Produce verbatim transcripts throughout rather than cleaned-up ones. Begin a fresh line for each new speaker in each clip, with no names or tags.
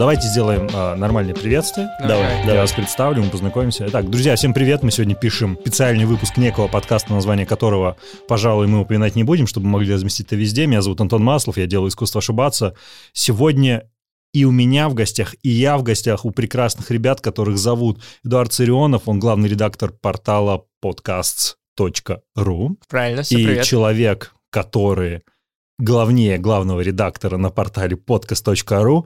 Давайте сделаем а, нормальное приветствие.
Давай.
Я вас представлю, мы познакомимся. Итак, друзья, всем привет. Мы сегодня пишем специальный выпуск некого подкаста, название которого, пожалуй, мы упоминать не будем, чтобы мы могли разместить это везде. Меня зовут Антон Маслов, я делаю искусство ошибаться. Сегодня и у меня в гостях, и я в гостях у прекрасных ребят, которых зовут Эдуард Царионов, он главный редактор портала подкастс точка ру.
Правильно, все
и
привет.
человек, который главнее главного редактора на портале подкаст точка ру,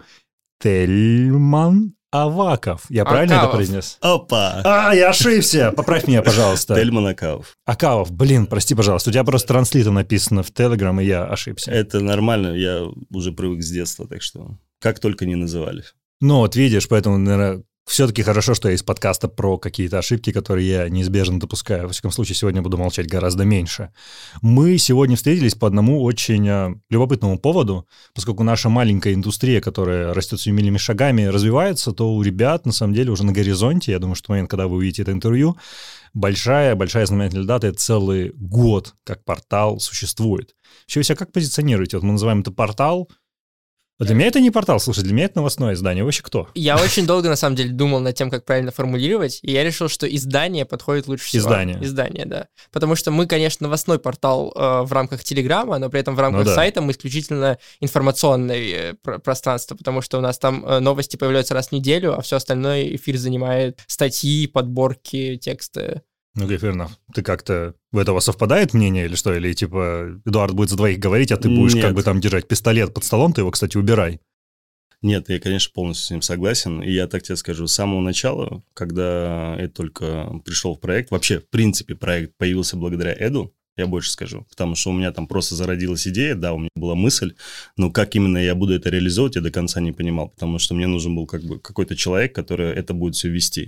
Тельман Аваков. Я
Акавов.
Правильно это произнес?
Опа!
А, я ошибся! Поправь меня, пожалуйста.
Тельман Акавов.
Акавов, блин, прости, пожалуйста. У тебя просто транслитом написано в Telegram, и я ошибся.
Это нормально, я уже привык с детства, так что как только не называли.
Ну, вот видишь, поэтому, наверное, все-таки хорошо, что я из подкаста про какие-то ошибки, которые я неизбежно допускаю. Во всяком случае, сегодня буду молчать гораздо меньше. Мы сегодня встретились по одному очень а, любопытному поводу, поскольку наша маленькая индустрия, которая растет семимильными шагами, развивается, то у ребят, на самом деле, уже на горизонте, я думаю, что в момент, когда вы увидите это интервью, большая-большая знаменательная дата — это целый год, как портал существует. Вообще, вы себя как позиционируете? Вот мы называем это портал. Для меня это не портал, слушай, для меня это новостное издание. Вы вообще кто?
Я очень долго, на самом деле, думал над тем, как правильно формулировать, и я решил, что издание подходит лучше всего.
Издание.
Издание, да. Потому что мы, конечно, новостной портал э, в рамках Телеграма, но при этом в рамках
Ну да.
сайта мы исключительно информационное э, про- пространство, потому что у нас там э, новости появляются раз в неделю, а все остальное эфир занимает статьи, подборки, тексты.
Ну, fair enough. Ты как-то... У этого совпадает мнение или что? Или типа Эдуард будет за двоих говорить, а ты будешь
Нет.
как бы там держать пистолет под столом, ты его, кстати, убирай.
Нет, я, конечно, полностью с ним согласен. И я так тебе скажу, с самого начала, когда я только пришел в проект, вообще, в принципе, проект появился благодаря Эду, я больше скажу, потому что у меня там просто зародилась идея, да, у меня была мысль, но как именно я буду это реализовывать, я до конца не понимал, потому что мне нужен был как бы какой-то человек, который это будет все вести.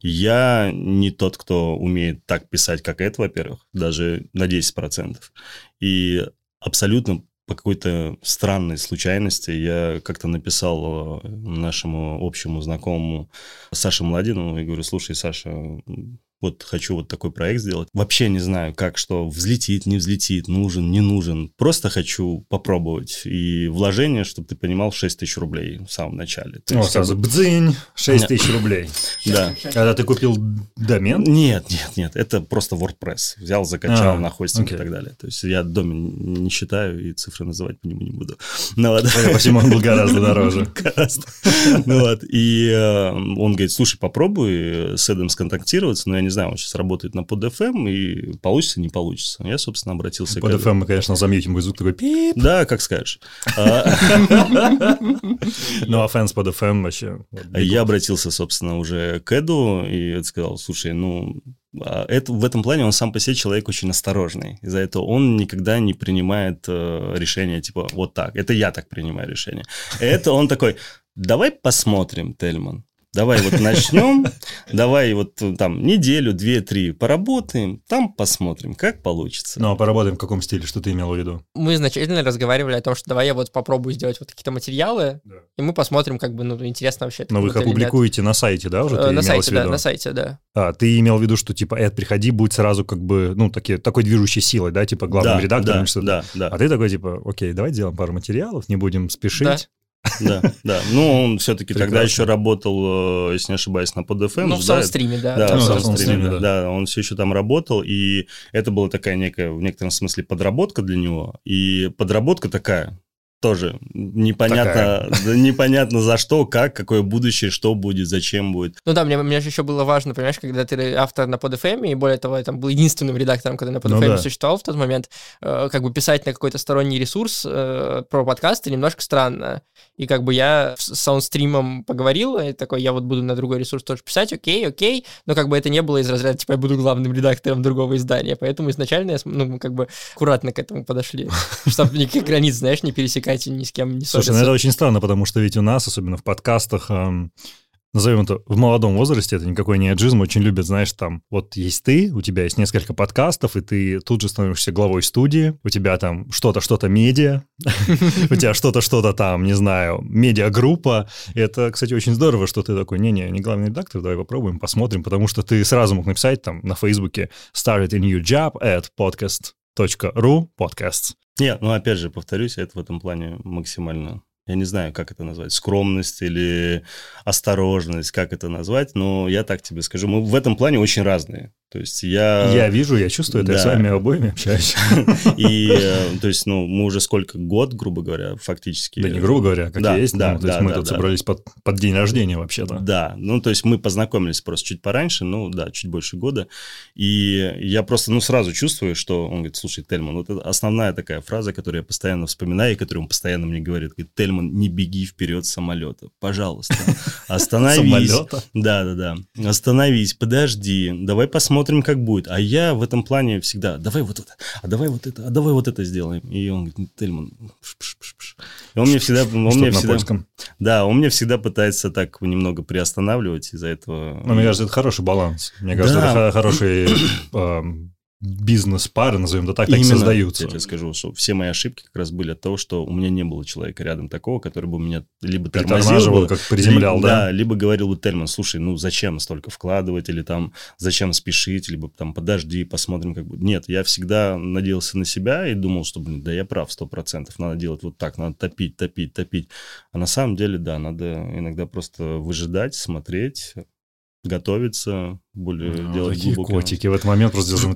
Я не тот, кто умеет так писать, как это, во-первых, даже на десять процентов. И абсолютно по какой-то странной случайности я как-то написал нашему общему знакомому Саше Младину и говорю: слушай, Саша, вот хочу вот такой проект сделать. Вообще не знаю, как, что взлетит, не взлетит, нужен, не нужен. Просто хочу попробовать. И вложение, чтобы ты понимал, шесть тысяч рублей в самом начале. То
О,
есть,
сразу
как бы-
бдзынь, шесть тысяч рублей.
Да.
Когда ты купил домен?
Нет, нет, нет, это просто WordPress. Взял, закачал
А,
на хостинг
окей.
и так далее. То есть я домен не считаю и цифры называть по нему не буду. Ну, ладно.
Судя по всему, он был гораздо дороже.
Гораздо. Ну вот, и э, он говорит: слушай, попробуй с Эдом сконтактироваться, но я не знаю, он сейчас работает на под эф эм, и получится, не получится. Я, собственно, обратился
Под
к
эф эм мы, конечно, замьютим, будет звук такой пип.
Да, как скажешь. А,
Ну, а фэнс под эф эм вообще... вот,
Я обратился, собственно, уже к Эду и сказал: слушай, ну, а это, в этом плане он сам по себе человек очень осторожный. Из-за этого он никогда не принимает э, решения типа вот так. Это я так принимаю решение. Это он такой: давай посмотрим, Тельман. Давай вот начнем, давай вот там неделю, две, три поработаем, там посмотрим, как получится.
Ну, а поработаем в каком стиле, что ты имел в виду?
Мы изначально разговаривали о том, что давай я вот попробую сделать вот какие-то материалы,
Да.
и мы посмотрим, как бы, ну, интересно вообще это
Но вы их
кому-то или нет.
опубликуете на сайте, да, уже? Ты
Э, На
имелось
сайте,
в
да,
виду?
на сайте, да.
А, ты имел в виду, что, типа, Эд, приходи, будь сразу как бы, ну, таки, такой движущей силой, да, типа, главным
Да,
редактором,
да,
что-то.
да, да.
А ты такой, типа, окей, давай сделаем пару материалов, не будем спешить.
Да, да. Ну, он все-таки тогда
Прекрасно.
еще работал, э, если не ошибаюсь, на под эф эм.
Ну,
же,
в
да?
саундстриме, да.
Да,
Ну,
в
да,
саундстриме,
саундстриме,
да.
да.
Да, он все еще там работал, и это была такая некая, в некотором смысле, подработка для него. И подработка такая тоже непонятно, да, непонятно за что, как, какое будущее, что будет, зачем будет.
Ну да, мне, мне же еще было важно, понимаешь, когда ты автор на под эф эм, и более того, я там был единственным редактором, когда на под эф эм
Ну да.
существовал в тот момент, э, как бы писать на какой-то сторонний ресурс э, про подкасты немножко странно. И как бы я с саундстримом поговорил, и такой, я вот буду на другой ресурс тоже писать, окей, окей, но как бы это не было из разряда, типа, я буду главным редактором другого издания, поэтому изначально, я, см- ну, мы как бы аккуратно к этому подошли, чтобы никаких границ, знаешь, не пересекать и ни с кем не
Слушай,
ссориться.
ну это очень странно, потому что ведь у нас, особенно в подкастах, эм, назовем это, в молодом возрасте, это никакой не аджизм, очень любят, знаешь, там, вот есть ты, у тебя есть несколько подкастов, и ты тут же становишься главой студии, у тебя там что-то, что-то медиа, у тебя что-то, что-то там, не знаю, медиагруппа. Это, кстати, очень здорово, что ты такой: не-не, не главный редактор, давай попробуем, посмотрим, потому что ты сразу мог написать там на Фейсбуке started a new job at podcast точка ру, podcasts.
Нет, ну опять же, повторюсь, это в этом плане максимально я не знаю, как это назвать, скромность или осторожность, как это назвать, но я так тебе скажу, мы в этом плане очень разные. То есть я...
Я вижу, я чувствую, это
да.
я с вами обоими общаюсь.
И, то есть, ну, мы уже сколько, год, грубо говоря, фактически...
Да не грубо говоря, как
да,
есть,
да,
ну, то
да,
есть мы
да,
тут
да.
собрались под, под день рождения вообще-то.
Да, ну, то есть мы познакомились просто чуть пораньше, ну, да, чуть больше года, и я просто, ну, сразу чувствую, что он говорит, слушай, Тельман, вот это основная такая фраза, которую я постоянно вспоминаю, и которую он постоянно мне говорит, говорит, Тельман, не беги вперед самолета, пожалуйста, остановись.
Самолета?
Да-да-да, остановись, подожди, давай посмотрим, как будет. А я в этом плане всегда, давай вот это, а давай вот это, а давай вот это сделаем. И он говорит, Тельман, пш-пш-пш-пш. И он мне всегда... Он мне всегда да, он мне всегда пытается так немного приостанавливать из-за этого.
Ну, мне кажется, это хороший баланс. Мне кажется,
да.
это хороший... бизнес-пары, назовем это так, так и создаются.
Я тебе скажу, что все мои ошибки как раз были от того, что у меня не было человека рядом такого, который бы меня либо тормозил бы,
как приземлял,
ли,
да?
Да, либо говорил бы, Тельман, слушай, ну зачем столько вкладывать, или там зачем спешить, либо там подожди, посмотрим, как будет. Нет, я всегда надеялся на себя и думал, что, блин, да я прав, сто процентов, надо делать вот так, надо топить, топить, топить. А на самом деле, да, надо иногда просто выжидать, смотреть, готовиться, более
ну,
делать
такие
глубокое.
котики в этот момент просто делаем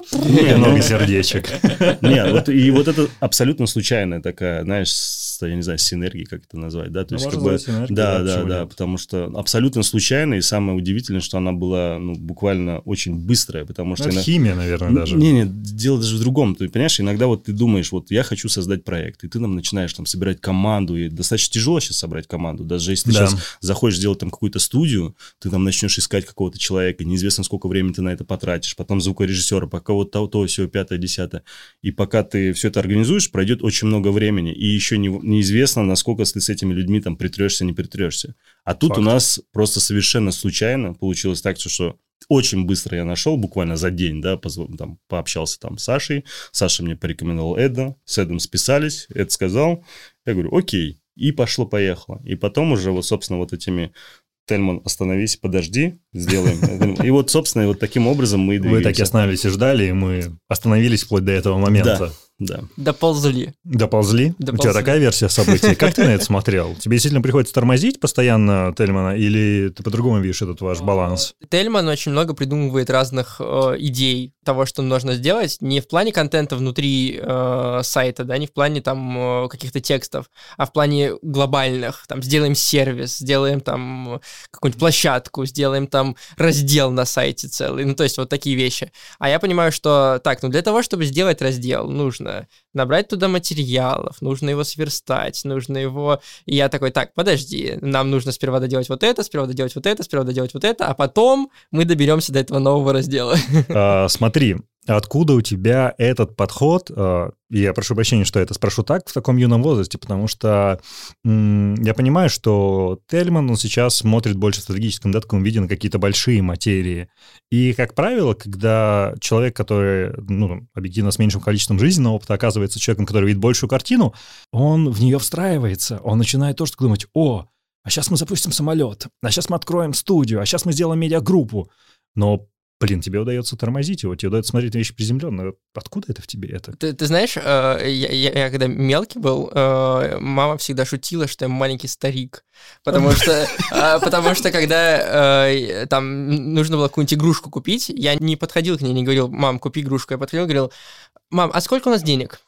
много сердечек.
Нет, вот, и вот это абсолютно случайная такая, знаешь, я не знаю, синергия, как это назвать, да, то
ну,
есть как бы,
синергия,
да,
да,
да, да,
нет?
потому что абсолютно случайная, и самое удивительное, что она была, ну, буквально очень быстрая, потому что...
Ну, это
иногда...
химия, наверное, даже.
Не-не, дело даже в другом, ты понимаешь, иногда вот ты думаешь, вот я хочу создать проект, и ты там начинаешь там собирать команду, и достаточно тяжело сейчас собрать команду, даже если ты
да.
сейчас захочешь сделать там какую-то студию, ты там начнешь искать какого-то человека, неизвестно, сколько времени ты на это потратишь, потом звукорежиссера, пока вот то, то, все, пятое, десятое, и пока ты все это организуешь, пройдет очень много времени, и еще не, неизвестно, насколько ты с этими людьми там притрешься, не притрешься. А тут
Факт.
У нас просто совершенно случайно получилось так, что очень быстро я нашел, буквально за день, да, позв... там, пообщался там с Сашей, Саша мне порекомендовал Эда, с Эдом списались, Эд сказал, я говорю, окей, и пошло-поехало. И потом уже вот, собственно, вот этими... Тельман, остановись, подожди, сделаем. И вот, собственно, вот таким образом мы и двигаемся.
Вы так и остановились и ждали, и мы остановились вплоть до этого момента.
Да, да.
Доползли.
Доползли?
Доползли.
У тебя такая версия событий. Как ты на это смотрел? Тебе действительно приходится тормозить постоянно Тельмана, или ты по-другому видишь этот ваш баланс?
Тельман очень много придумывает разных э, идей того, что нужно сделать, не в плане контента внутри э, сайта, да, не в плане там э, каких-то текстов, а в плане глобальных. Там сделаем сервис, сделаем там какую-нибудь площадку, сделаем там раздел на сайте целый, ну, то есть вот такие вещи. А я понимаю, что так, ну, для того, чтобы сделать раздел, нужно набрать туда материалов, нужно его сверстать, нужно его... И я такой, так, подожди, нам нужно сперва доделать вот это, сперва доделать вот это, сперва доделать вот это, а потом мы доберемся до этого нового раздела.
А, смотри, откуда у тебя этот подход? Я прошу прощения, что я это спрошу так в таком юном возрасте, потому что м- я понимаю, что Тельман, он сейчас смотрит больше в стратегическом, да, таком виде на какие-то большие материи. И, как правило, когда человек, который, ну, объективно с меньшим количеством жизненного опыта, оказывается человеком, который видит большую картину, он в нее встраивается, он начинает тоже думать, о, а сейчас мы запустим самолет, а сейчас мы откроем студию, а сейчас мы сделаем медиагруппу. Но блин, тебе удается тормозить его, тебе удается смотреть на вещи приземленно. Откуда это в тебе? Это?
Ты, ты знаешь, э, я, я, я когда мелкий был, э, мама всегда шутила, что я маленький старик. Потому что, э, потому что когда э, там нужно было какую-нибудь игрушку купить, я не подходил к ней, не говорил, мам, купи игрушку. Я подходил и говорил, мам, а сколько у нас денег?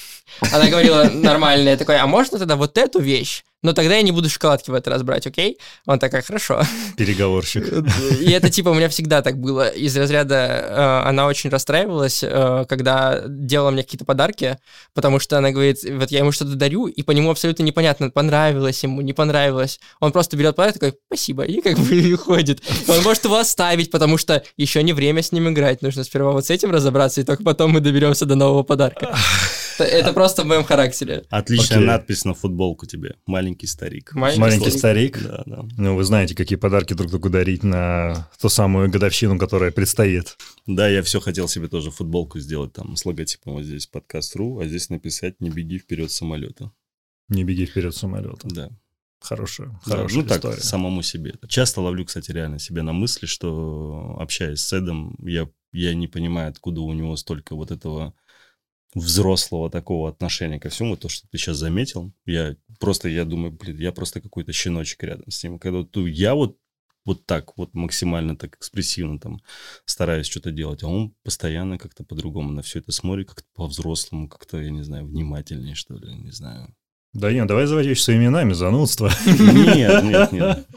Она говорила нормально, я такой, а можно тогда вот эту вещь? Но тогда я не буду шоколадки в этот раз брать, окей? Он такая, хорошо.
Переговорщик.
И это типа у меня всегда так было. Из разряда э, она очень расстраивалась, э, когда делала мне какие-то подарки, потому что она говорит, вот я ему что-то дарю, и по нему абсолютно непонятно, понравилось ему, не понравилось. Он просто берет подарок, такой, спасибо, и как бы уходит. Он может его оставить, потому что еще не время с ним играть, нужно сперва вот с этим разобраться, и только потом мы доберемся до нового подарка. Это просто в моем характере.
Отличная
Окей.
надпись на футболку тебе. Маленький старик.
Маленький,
Маленький старик.
Да, да.
Ну, вы знаете, какие подарки друг другу дарить на ту самую годовщину, которая предстоит.
Да, я все хотел себе тоже футболку сделать там с логотипом вот здесь подкаст.ру, а здесь написать «Не беги вперед самолета».
Не беги вперед самолета.
Да.
Хорошая,
Да,
хорошая
ну так,
история.
самому себе. Часто ловлю, кстати, реально себе на мысли, что общаясь с Эдом, я, я не понимаю, откуда у него столько вот этого взрослого такого отношения ко всему, то, что ты сейчас заметил. Я просто, я думаю, блин, я просто какой-то щеночек рядом с ним. Когда ты, я вот вот так, вот максимально так экспрессивно там стараюсь что-то делать, а он постоянно как-то по-другому на все это смотрит, как-то по-взрослому, как-то, я не знаю, внимательнее, что ли, не знаю.
Да нет, давай называть вещи своими именами, занудство.
Нет, нет, нет.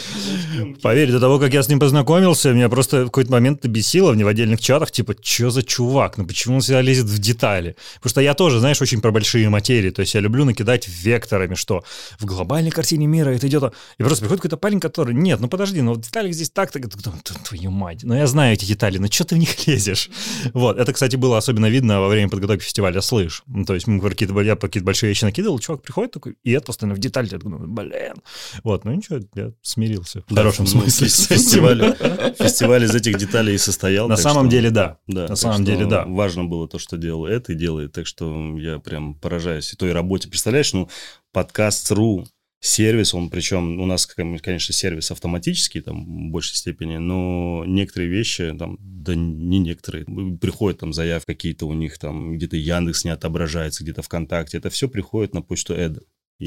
Поверь, до того, как я с ним познакомился, меня просто в какой-то момент бесило в отдельных чатах, типа, что за чувак, ну почему он всегда лезет в детали? Потому что я тоже, знаешь, очень про большие материи, то есть я люблю накидать векторами, что в глобальной картине мира это идет... И просто приходит какой-то парень, который, нет, ну подожди, ну в деталях здесь так-то, твою мать, ну я знаю эти детали, но что ты в них лезешь? Вот, это, кстати, было особенно видно во время подготовки фестиваля «Слышь». Ну, то есть мы про какие-то, я про какие-то большие вещи накидывал, чувак приходит такой, и это постоянно в детали, я думаю, блин. Вот, ну ничего, я смирился. В хорошем смысле.
Фестиваль, фестиваль из этих деталей и состоял.
На самом
что,
деле, да.
да.
На самом деле, да.
Важно было то, что делал это и делает. Так что я прям поражаюсь и той работе. Представляешь, ну, подкаст точка ру сервис, он причем у нас, конечно, сервис автоматический там в большей степени, но некоторые вещи, там, да не некоторые, приходят там заявки какие-то у них, там где-то Яндекс не отображается, где-то ВКонтакте, это все приходит на почту Эда.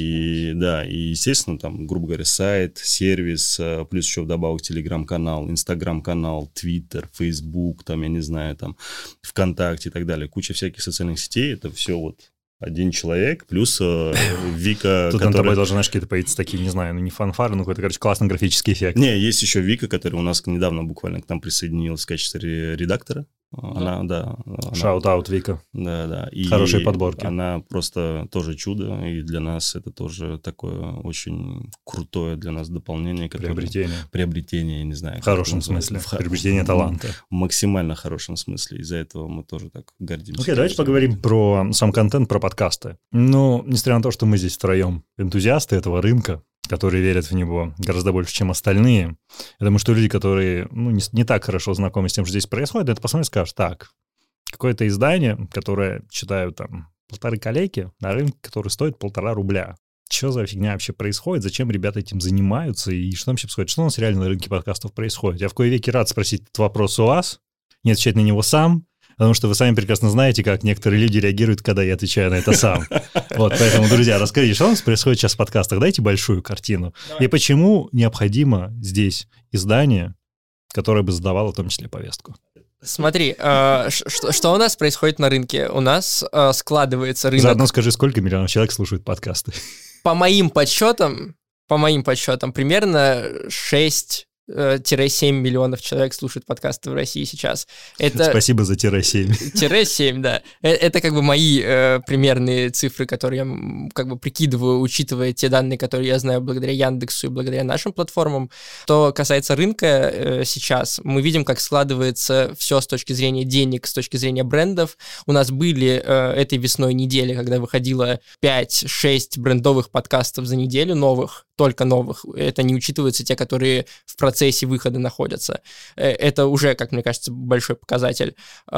И да, и, естественно, там, грубо говоря, сайт, сервис, плюс еще вдобавок телеграм-канал, инстаграм-канал, твиттер, фейсбук, там, я не знаю, там, ВКонтакте и так далее. Куча всяких социальных сетей, это все вот один человек, плюс э, Вика,
Тут
которая...
на тобой должны, знаешь, какие-то появиться такие, не знаю, ну не фанфары, но какой-то, короче, классный графический эффект.
Не, есть еще Вика, которая у нас недавно буквально к нам присоединилась в качестве редактора. Она, да.
Шаут-аут, Вика.
Да, да. И
хорошие подборки.
Она просто тоже чудо, и для нас это тоже такое очень крутое для нас дополнение.
Приобретение.
Приобретение, я не знаю.
В хорошем смысле. В, Приобретение в, таланта.
В максимально хорошем смысле. Из-за этого мы тоже так гордимся.
Окей, okay, давайте поговорим про сам контент, про подкасты. Ну, несмотря на то, что мы здесь втроем энтузиасты этого рынка, которые верят в него гораздо больше, чем остальные. Я думаю, что люди, которые ну, не, не так хорошо знакомы с тем, что здесь происходит, это посмотрят и скажут, так, какое-то издание, которое читают там полторы коллеги на рынке, который стоит полтора рубля. Что за фигня вообще происходит? Зачем ребята этим занимаются? И что вообще происходит? Что у нас реально на рынке подкастов происходит? Я в кои веки рад спросить этот вопрос у вас, не отвечать на него сам, потому что вы сами прекрасно знаете, как некоторые люди реагируют, когда я отвечаю на это сам. Вот, поэтому, друзья, расскажите, что у нас происходит сейчас в подкастах? Дайте большую картину. Давай. И почему необходимо здесь издание, которое бы задавало в том числе повестку?
Смотри, э, что, что у нас происходит на рынке? У нас э, складывается рынок...
Заодно скажи, сколько миллионов человек слушают подкасты?
По моим подсчетам, по моим подсчетам, примерно шесть семь миллионов человек слушают подкасты в России сейчас. Это...
Спасибо за тире семь.
Тире семь, да. Это как бы мои э, примерные цифры, которые я как бы прикидываю, учитывая те данные, которые я знаю благодаря Яндексу и благодаря нашим платформам. Что касается рынка э, сейчас, мы видим, как складывается все с точки зрения денег, с точки зрения брендов. У нас были э, этой весной недели, когда выходило пять-шесть брендовых подкастов за неделю, новых, только новых. Это не учитываются те, которые в процессе выхода находятся. Это уже, как мне кажется, большой показатель.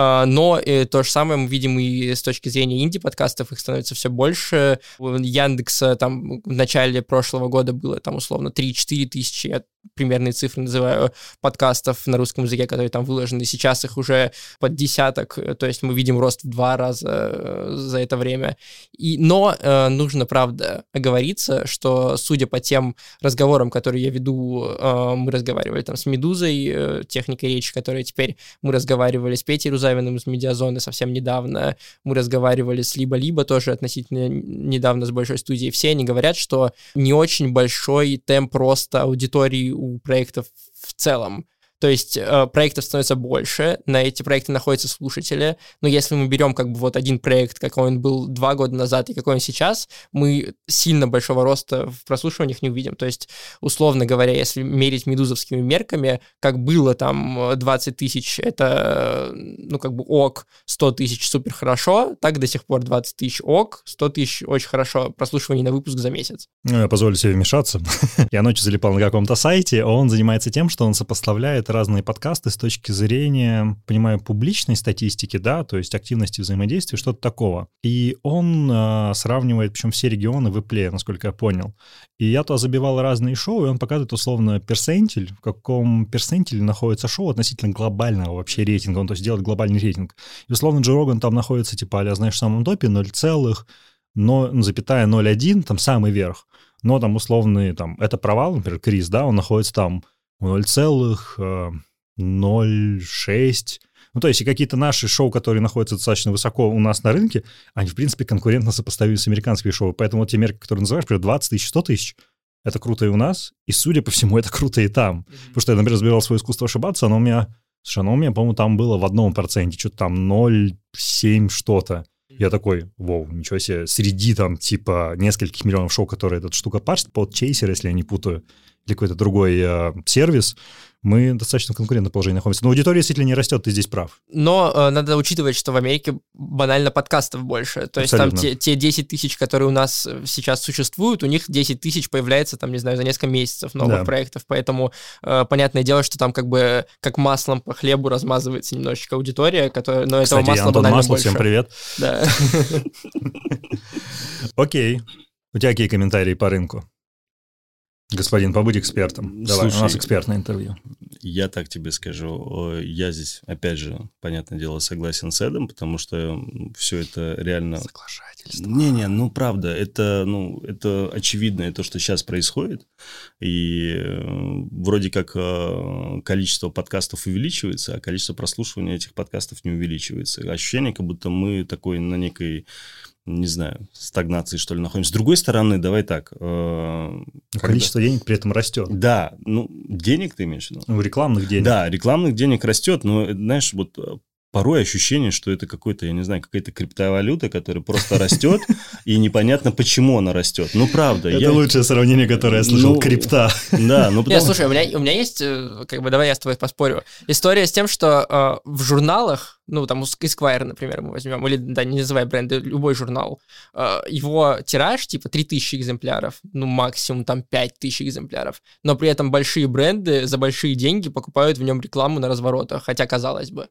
Но то же самое мы видим и с точки зрения инди-подкастов, их становится все больше. У Яндекса там в начале прошлого года было там условно три-четыре тысячи, я примерные цифры называю, подкастов на русском языке, которые там выложены. Сейчас их уже под десяток, то есть мы видим рост в два раза за это время. И, но э, нужно, правда, оговориться, что, судя по тем разговорам, которые я веду, э, мы разговаривали там с Медузой, э, техникой речи, которая теперь мы разговаривали с Петей Рузавиным из Медиазоны совсем недавно, мы разговаривали с Либо-Либо тоже относительно недавно с большой студией. Все они говорят, что не очень большой темп роста аудитории у проектов в целом. То есть э, проектов становится больше, на эти проекты находятся слушатели, но если мы берем как бы вот один проект, какой он был два года назад и какой он сейчас, мы сильно большого роста в прослушиваниях не увидим. То есть, условно говоря, если мерить медузовскими мерками, как было там двадцать тысяч, это, ну, как бы ок, сто тысяч супер хорошо, так до сих пор двадцать тысяч ок, сто тысяч очень хорошо, прослушивание на выпуск за месяц.
Ну, я позволю себе вмешаться. Я ночью залипал на каком-то сайте, он занимается тем, что он сопоставляет разные подкасты с точки зрения, понимаю, публичной статистики, да, то есть активности взаимодействия, что-то такого. И он а, сравнивает, причем все регионы в Apple, насколько я понял. И я туда забивал разные шоу, и он показывает условно персентиль, в каком персентиле находится шоу относительно глобального вообще рейтинга, он то есть делает глобальный рейтинг. И условно Джо Роган там находится, типа, а знаешь, в самом топе ноль целых ноль один, там самый верх. Но там условный, там, это провал, например, Крис, да, он находится там ноль целых ноль шесть. Ну, то есть и какие-то наши шоу, которые находятся достаточно высоко у нас на рынке, они, в принципе, конкурентно сопоставимы с американскими шоу. Поэтому вот те мерки, которые называешь, например, двадцать тысяч, сто тысяч, это круто и у нас, и, судя по всему, это круто и там. Mm-hmm. Потому что я, например, разбирал свое искусство ошибаться, оно у меня, слушай, оно у меня, по-моему, там было в одном проценте, что-то там ноль целых семь что-то. Я такой, вау, ничего себе, среди там типа нескольких миллионов шоу, которые эта штука пашет, под Chaser, если я не путаю, или какой-то другой э, сервис, мы достаточно в конкурентном положении находимся. Но аудитория, если не растет, ты здесь прав.
Но э, надо учитывать, что в Америке банально подкастов больше. То есть Абсолютно. Там те, те десять тысяч, которые у нас сейчас существуют, у них десять тысяч появляется, там, не знаю, за несколько месяцев новых да. проектов. Поэтому э, понятное дело, что там как бы как маслом по хлебу размазывается немножечко аудитория, которая, но
Кстати,
этого масла
Антон
банально
Масло,
больше.
Всем привет.
Да.
Окей. У тебя какие комментарии по рынку? Господин, побудь экспертом. Давай, Слушай, у нас экспертное интервью.
Я так тебе скажу. Я здесь, опять же, понятное дело, согласен с Эдом, потому что все это реально...
Соглашательство.
Не-не, ну, правда, это, ну, это очевидно, то, что сейчас происходит. И вроде как количество подкастов увеличивается, а количество прослушивания этих подкастов не увеличивается. Ощущение, как будто мы такой на некой... не знаю, стагнации, что ли, находимся. С другой стороны, давай так. Э,
Количество когда... денег при этом растет.
Да, ну, денег ты имеешь в виду?
Ну, рекламных денег.
Да, рекламных денег растет, но, знаешь, вот порой ощущение, что это какой-то, я не знаю, какая-то криптовалюта, которая просто растет, и непонятно, почему она растет. Ну, правда.
Это лучшее сравнение, которое я слышал, крипта.
Да, ну,
Нет, слушай, у меня есть, как бы, давай я с тобой поспорю. История с тем, что в журналах, ну, там, Esquire, например, мы возьмем, или, да, не называй бренды, любой журнал, его тираж, типа, три тысячи экземпляров, ну, максимум, там, пять тысяч экземпляров, но при этом большие бренды за большие деньги покупают в нем рекламу на разворотах, хотя, казалось бы.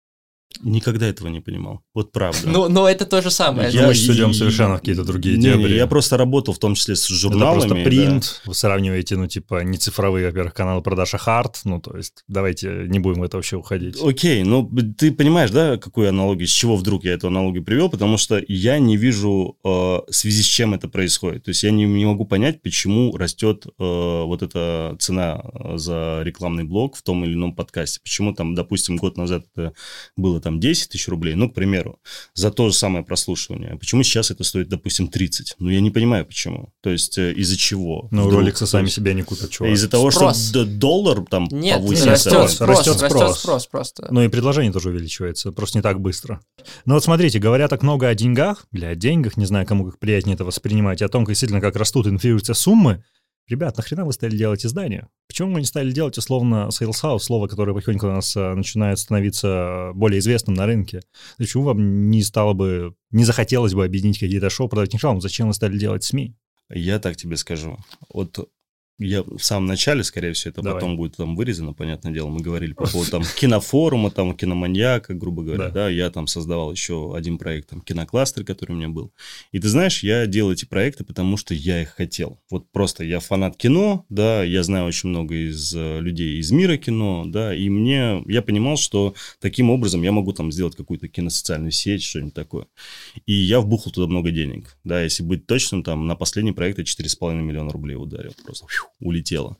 Никогда этого не понимал. Вот правда.
Ну, но это то же самое.
Я, мы сейчас идем совершенно в какие-то другие
не,
дебри.
Не, я просто работал в том числе с журналами.
Это просто принт. Да. Вы сравниваете, ну, типа, не цифровые, во-первых, каналы продаж, а хард. Ну, то есть, давайте не будем в это вообще уходить.
Окей, ну, ты понимаешь, да, какую аналогию, с чего вдруг я эту аналогию привел? Потому что я не вижу, э, в связи с чем это происходит. То есть, я не, не могу понять, почему растет э, вот эта цена за рекламный блок в том или ином подкасте. Почему там, допустим, год назад это было там десять тысяч рублей, ну, к примеру, за то же самое прослушивание. Почему сейчас это стоит, допустим, тридцать? Ну, я не понимаю, почему. То есть, из-за чего?
Ну, роликсы сами себя не купят, чувак.
Из-за того,
спрос.
что доллар там
Нет,
повысился.
растет спрос,
растет спрос.
Растет спрос просто.
Ну, и предложение тоже увеличивается, просто не так быстро. Ну, вот смотрите, говоря так много о деньгах, или о деньгах, не знаю, кому как приятнее это воспринимать, и о том, как действительно, как растут и инфлируются суммы. Ребят, нахрена вы стали делать издания? Почему вы не стали делать условно Sales House, слово, которое потихоньку у нас начинает становиться более известным на рынке? Почему вам не стало бы, не захотелось бы объединить какие-то шоу, продавать рекламу? Зачем вы стали делать СМИ?
Я так тебе скажу. Вот я в самом начале, скорее всего, это Давай. потом будет там вырезано, понятное дело, мы говорили по поводу там кинофорума, там киноманьяка, грубо говоря, да. да, я там создавал еще один проект, там кинокластер, который у меня был. И ты знаешь, я делал эти проекты, потому что я их хотел. Вот просто я фанат кино, да, я знаю очень много из людей из мира кино, да, и мне, я понимал, что таким образом я могу там сделать какую-то киносоциальную сеть, что-нибудь такое. И я вбухал туда много денег, да, если быть точным, там на последний проект я четыре с половиной миллиона рублей ударил просто. Улетело.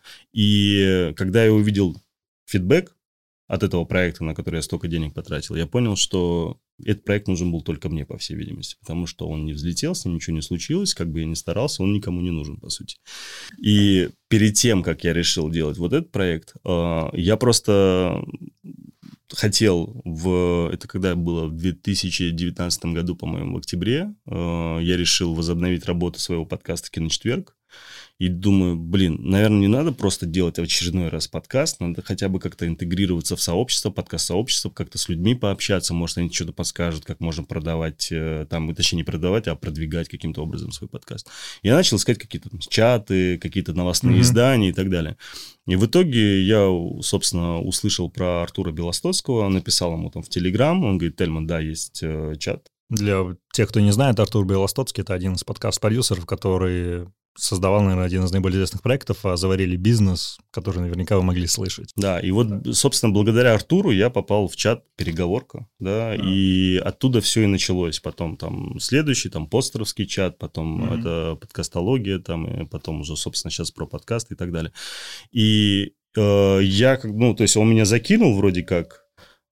И когда я увидел фидбэк от этого проекта, на который я столько денег потратил, я понял, что этот проект нужен был только мне, по всей видимости, потому что он не взлетел, с ним ничего не случилось, как бы я ни старался, он никому не нужен, по сути. И перед тем, как я решил делать вот этот проект, я просто хотел в... Это когда было в две тысячи девятнадцатом году, по-моему, в октябре, я решил возобновить работу своего подкаста «Киночетверг». И думаю, блин, наверное, не надо просто делать в очередной раз подкаст, надо хотя бы как-то интегрироваться в сообщество, подкаст-сообщество, как-то с людьми пообщаться, может, они что-то подскажут, как можно продавать, там, точнее, не продавать, а продвигать каким-то образом свой подкаст. Я начал искать какие-то там чаты, какие-то новостные mm-hmm. издания и так далее. И в итоге я, собственно, услышал про Артура Белостоцкого, написал ему там в Телеграм, он говорит, Тельман, да, есть э, чат.
Для тех, кто не знает, Артур Белостоцкий — это один из подкаст-продюсеров, который создавал, наверное, один из наиболее известных проектов, а «Заварили бизнес», который наверняка вы могли слышать.
Да, и вот, собственно, благодаря Артуру я попал в чат «Переговорка», да, mm. и оттуда все и началось. Потом там следующий, там постеровский чат, потом mm-hmm. это подкастология, там, и потом уже, собственно, сейчас про подкаст и так далее. И э, я, ну, то есть он меня закинул вроде как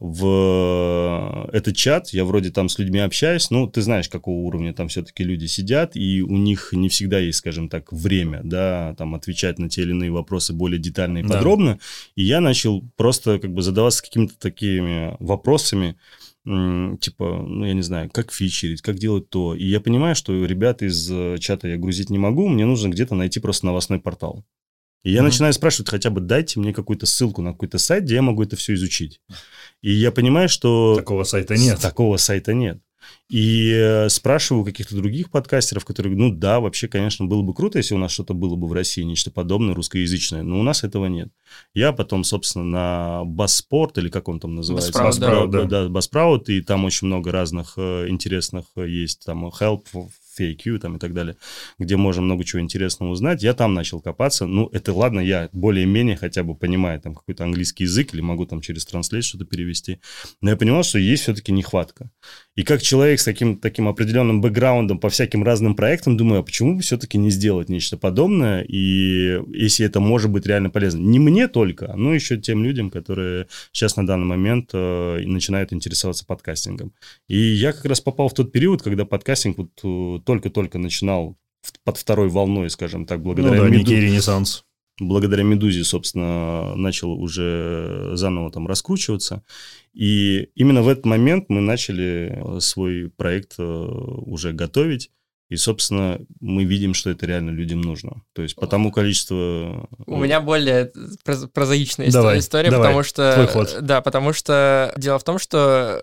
в этот чат, я вроде там с людьми общаюсь, ну, ты знаешь, какого уровня там все-таки люди сидят, и у них не всегда есть, скажем так, время, да, там, отвечать на те или иные вопросы более детально и да. подробно, и я начал просто как бы задаваться какими-то такими вопросами, типа, ну, я не знаю, как фичерить, как делать то, и я понимаю, что ребят из чата я грузить не могу, мне нужно где-то найти просто новостной портал. И я mm-hmm. начинаю спрашивать, хотя бы дайте мне какую-то ссылку на какой-то сайт, где я могу это все изучить. И я понимаю, что...
Такого сайта нет.
Такого сайта нет. И спрашиваю каких-то других подкастеров, которые, ну да, вообще, конечно, было бы круто, если у нас что-то было бы в России, нечто подобное, русскоязычное, но у нас этого нет. Я потом, собственно, на Басспорт, или как он там называется?
Басспраут, да.
Да, Басспраут, и там очень много разных интересных есть, там, Help, эф эй кью там и так далее, где можно много чего интересного узнать. Я там начал копаться. Ну, это ладно, я более-менее хотя бы понимаю там какой-то английский язык или могу там через Translate что-то перевести. Но я понимал, что есть все-таки нехватка. И как человек с таким, таким определенным бэкграундом по всяким разным проектам, думаю, а почему бы все-таки не сделать нечто подобное, и если это может быть реально полезно. Не мне только, но еще тем людям, которые сейчас на данный момент э, начинают интересоваться подкастингом. И я как раз попал в тот период, когда подкастинг вот только-только начинал под второй волной, скажем так, благодаря...
Ну да,
Меду...
некий ренессанс.
Благодаря «Медузе», собственно, начал уже заново там раскручиваться. И именно в этот момент мы начали свой проект уже готовить. И, собственно, мы видим, что это реально людям нужно. То есть, по тому количеству...
У меня более прозаичная
давай,
история,
давай,
потому что...
твой ход.
Да, потому что дело в том, что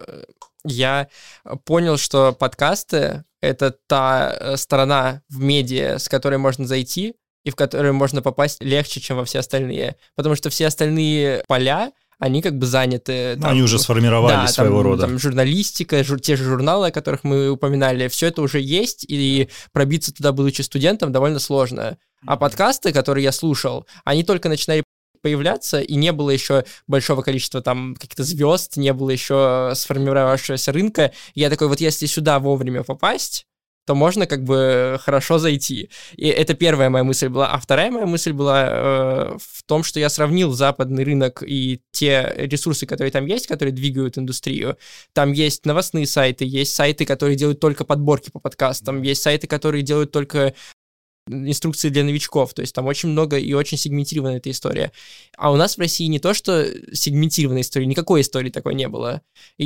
я понял, что подкасты — это та сторона в медиа, с которой можно зайти, и в которую можно попасть легче, чем во все остальные. Потому что все остальные поля, они как бы заняты...
Там, они уже сформировались
да,
своего
там,
рода.
Там журналистика, жур, те же журналы, о которых мы упоминали, все это уже есть, и пробиться туда, будучи студентом, довольно сложно. А подкасты, которые я слушал, они только начинали появляться, и не было еще большого количества там каких-то звезд, не было еще сформировавшегося рынка. И я такой, вот если сюда вовремя попасть, то можно как бы хорошо зайти. И это первая моя мысль была. А вторая моя мысль была э, в том, что я сравнил западный рынок и те ресурсы, которые там есть, которые двигают индустрию. Там есть новостные сайты, есть сайты, которые делают только подборки по подкастам, есть сайты, которые делают только инструкции для новичков, то есть там очень много и очень сегментированная эта история. А у нас в России не то, что сегментированной истории, никакой истории такой не было.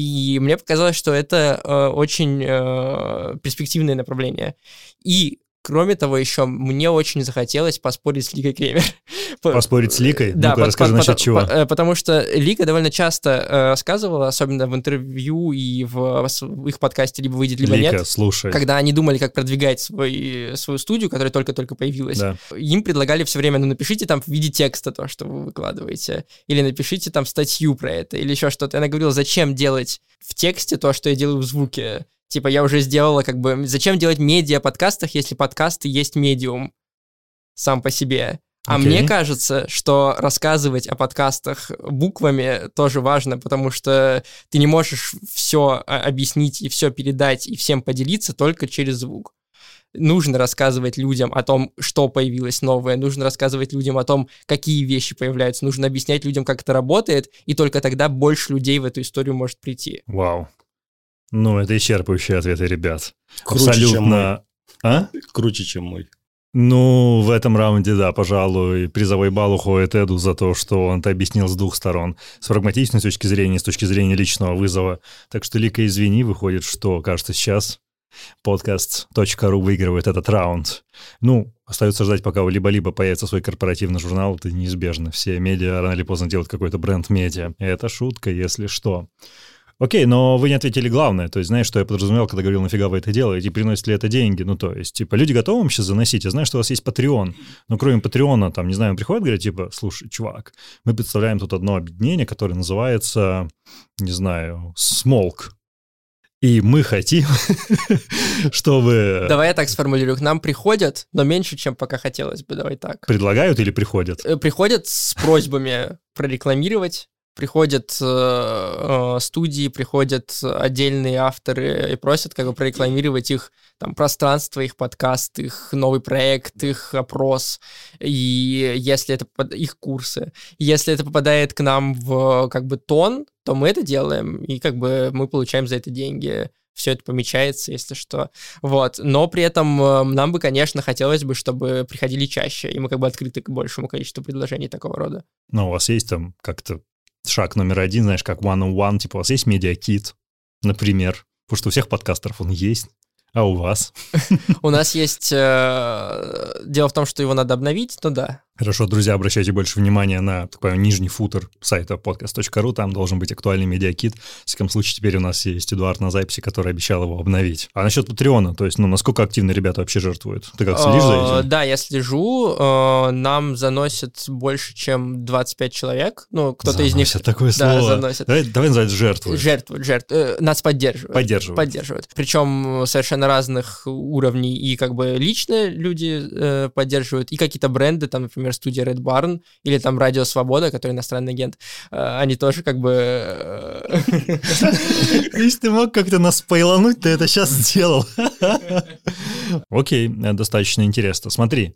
И мне показалось, что это э, очень э, перспективное направление. И кроме того, еще мне очень захотелось поспорить с Ликой Кремер.
Поспорить с Ликой?
Да,
ну-ка,
под,
расскажи
под,
насчет
под,
чего.
По, потому что Лика довольно часто э, рассказывала, особенно в интервью и в, в их подкасте «Либо выйдет, либо
Лика,
нет».
слушай. Когда
они думали, как продвигать свой, свою студию, которая только-только появилась,
да.
им предлагали все время, ну, напишите там в виде текста то, что вы выкладываете, или напишите там статью про это, или еще что-то. Она говорила, зачем делать в тексте то, что я делаю в звуке? Типа, я уже сделала, как бы, зачем делать медиа о подкастах, если подкасты есть медиум сам по себе? А okay. мне кажется, что рассказывать о подкастах буквами тоже важно, потому что ты не можешь все объяснить и все передать и всем поделиться только через звук. Нужно рассказывать людям о том, что появилось новое, нужно рассказывать людям о том, какие вещи появляются, нужно объяснять людям, как это работает, и только тогда больше людей в эту историю может прийти.
Вау. Ну, это исчерпывающие ответы, ребят.
Круче,
Абсолютно.
Чем мой.
А?
Круче, чем мой.
Ну, в этом раунде, да, пожалуй, призовой балл уходит Эду за то, что он это объяснил с двух сторон. С прагматичной точки зрения, с точки зрения личного вызова. Так что, Лика, извини, выходит, что, кажется, сейчас подкаст точка ру выигрывает этот раунд. Ну, остается ждать, пока у либо-либо появится свой корпоративный журнал. Это неизбежно. Все медиа рано или поздно делают какой-то бренд медиа. Это шутка, если что. Окей, но вы не ответили главное. То есть, знаешь, что я подразумевал, когда говорил, нафига вы это делаете, и приносит ли это деньги? Ну, то есть, типа, люди готовы вам сейчас заносить? Я знаю, что у вас есть Patreon, но кроме Патреона, там, не знаю, приходят, говорят, типа, слушай, чувак, мы представляем тут одно объединение, которое называется, не знаю, Смолк. И мы хотим, чтобы...
Давай я так сформулирую. К нам приходят, но меньше, чем пока хотелось бы. Давай так.
Предлагают или приходят?
Приходят с просьбами прорекламировать. Приходят э, э, студии, приходят отдельные авторы и просят как бы прорекламировать их там пространство, их подкаст, их новый проект, их опрос, и если это их курсы. Если это попадает к нам в как бы тон, то мы это делаем, и как бы мы получаем за это деньги. Все это помечается, если что. Вот. Но при этом э, нам бы, конечно, хотелось бы, чтобы приходили чаще, и мы как бы открыты к большему количеству предложений такого рода.
Но у вас есть там как-то шаг номер один, знаешь, как one-on-one, типа у вас есть медиакит, например, потому что у всех подкастеров он есть, а у вас?
У нас есть... Дело в том, что его надо обновить, но да.
Хорошо, друзья, обращайте больше внимания на такой нижний футер сайта подкаст точка ру, там должен быть актуальный медиакит. В всяком случае, теперь у нас есть Эдуард на записи, который обещал его обновить. А насчет Патреона, то есть, ну, насколько активно ребята вообще жертвуют? Ты как, следишь за этим?
Да, я слежу. Нам заносят больше, чем двадцать пять человек. Ну, кто-то из них...
Заносят, такое слово.
Да, заносят.
Давай, давай называть жертвуют.
Жертвуют, жертвуют. Нас поддерживают.
Поддерживают.
Поддерживают. Причем совершенно разных уровней. И как бы лично люди поддерживают, и какие-то бренды, там, например, студия Red Barn, или там Радио Свобода, который иностранный агент, они тоже как бы...
Если ты мог как-то нас спойлануть, ты это сейчас сделал. Окей, достаточно интересно. Смотри,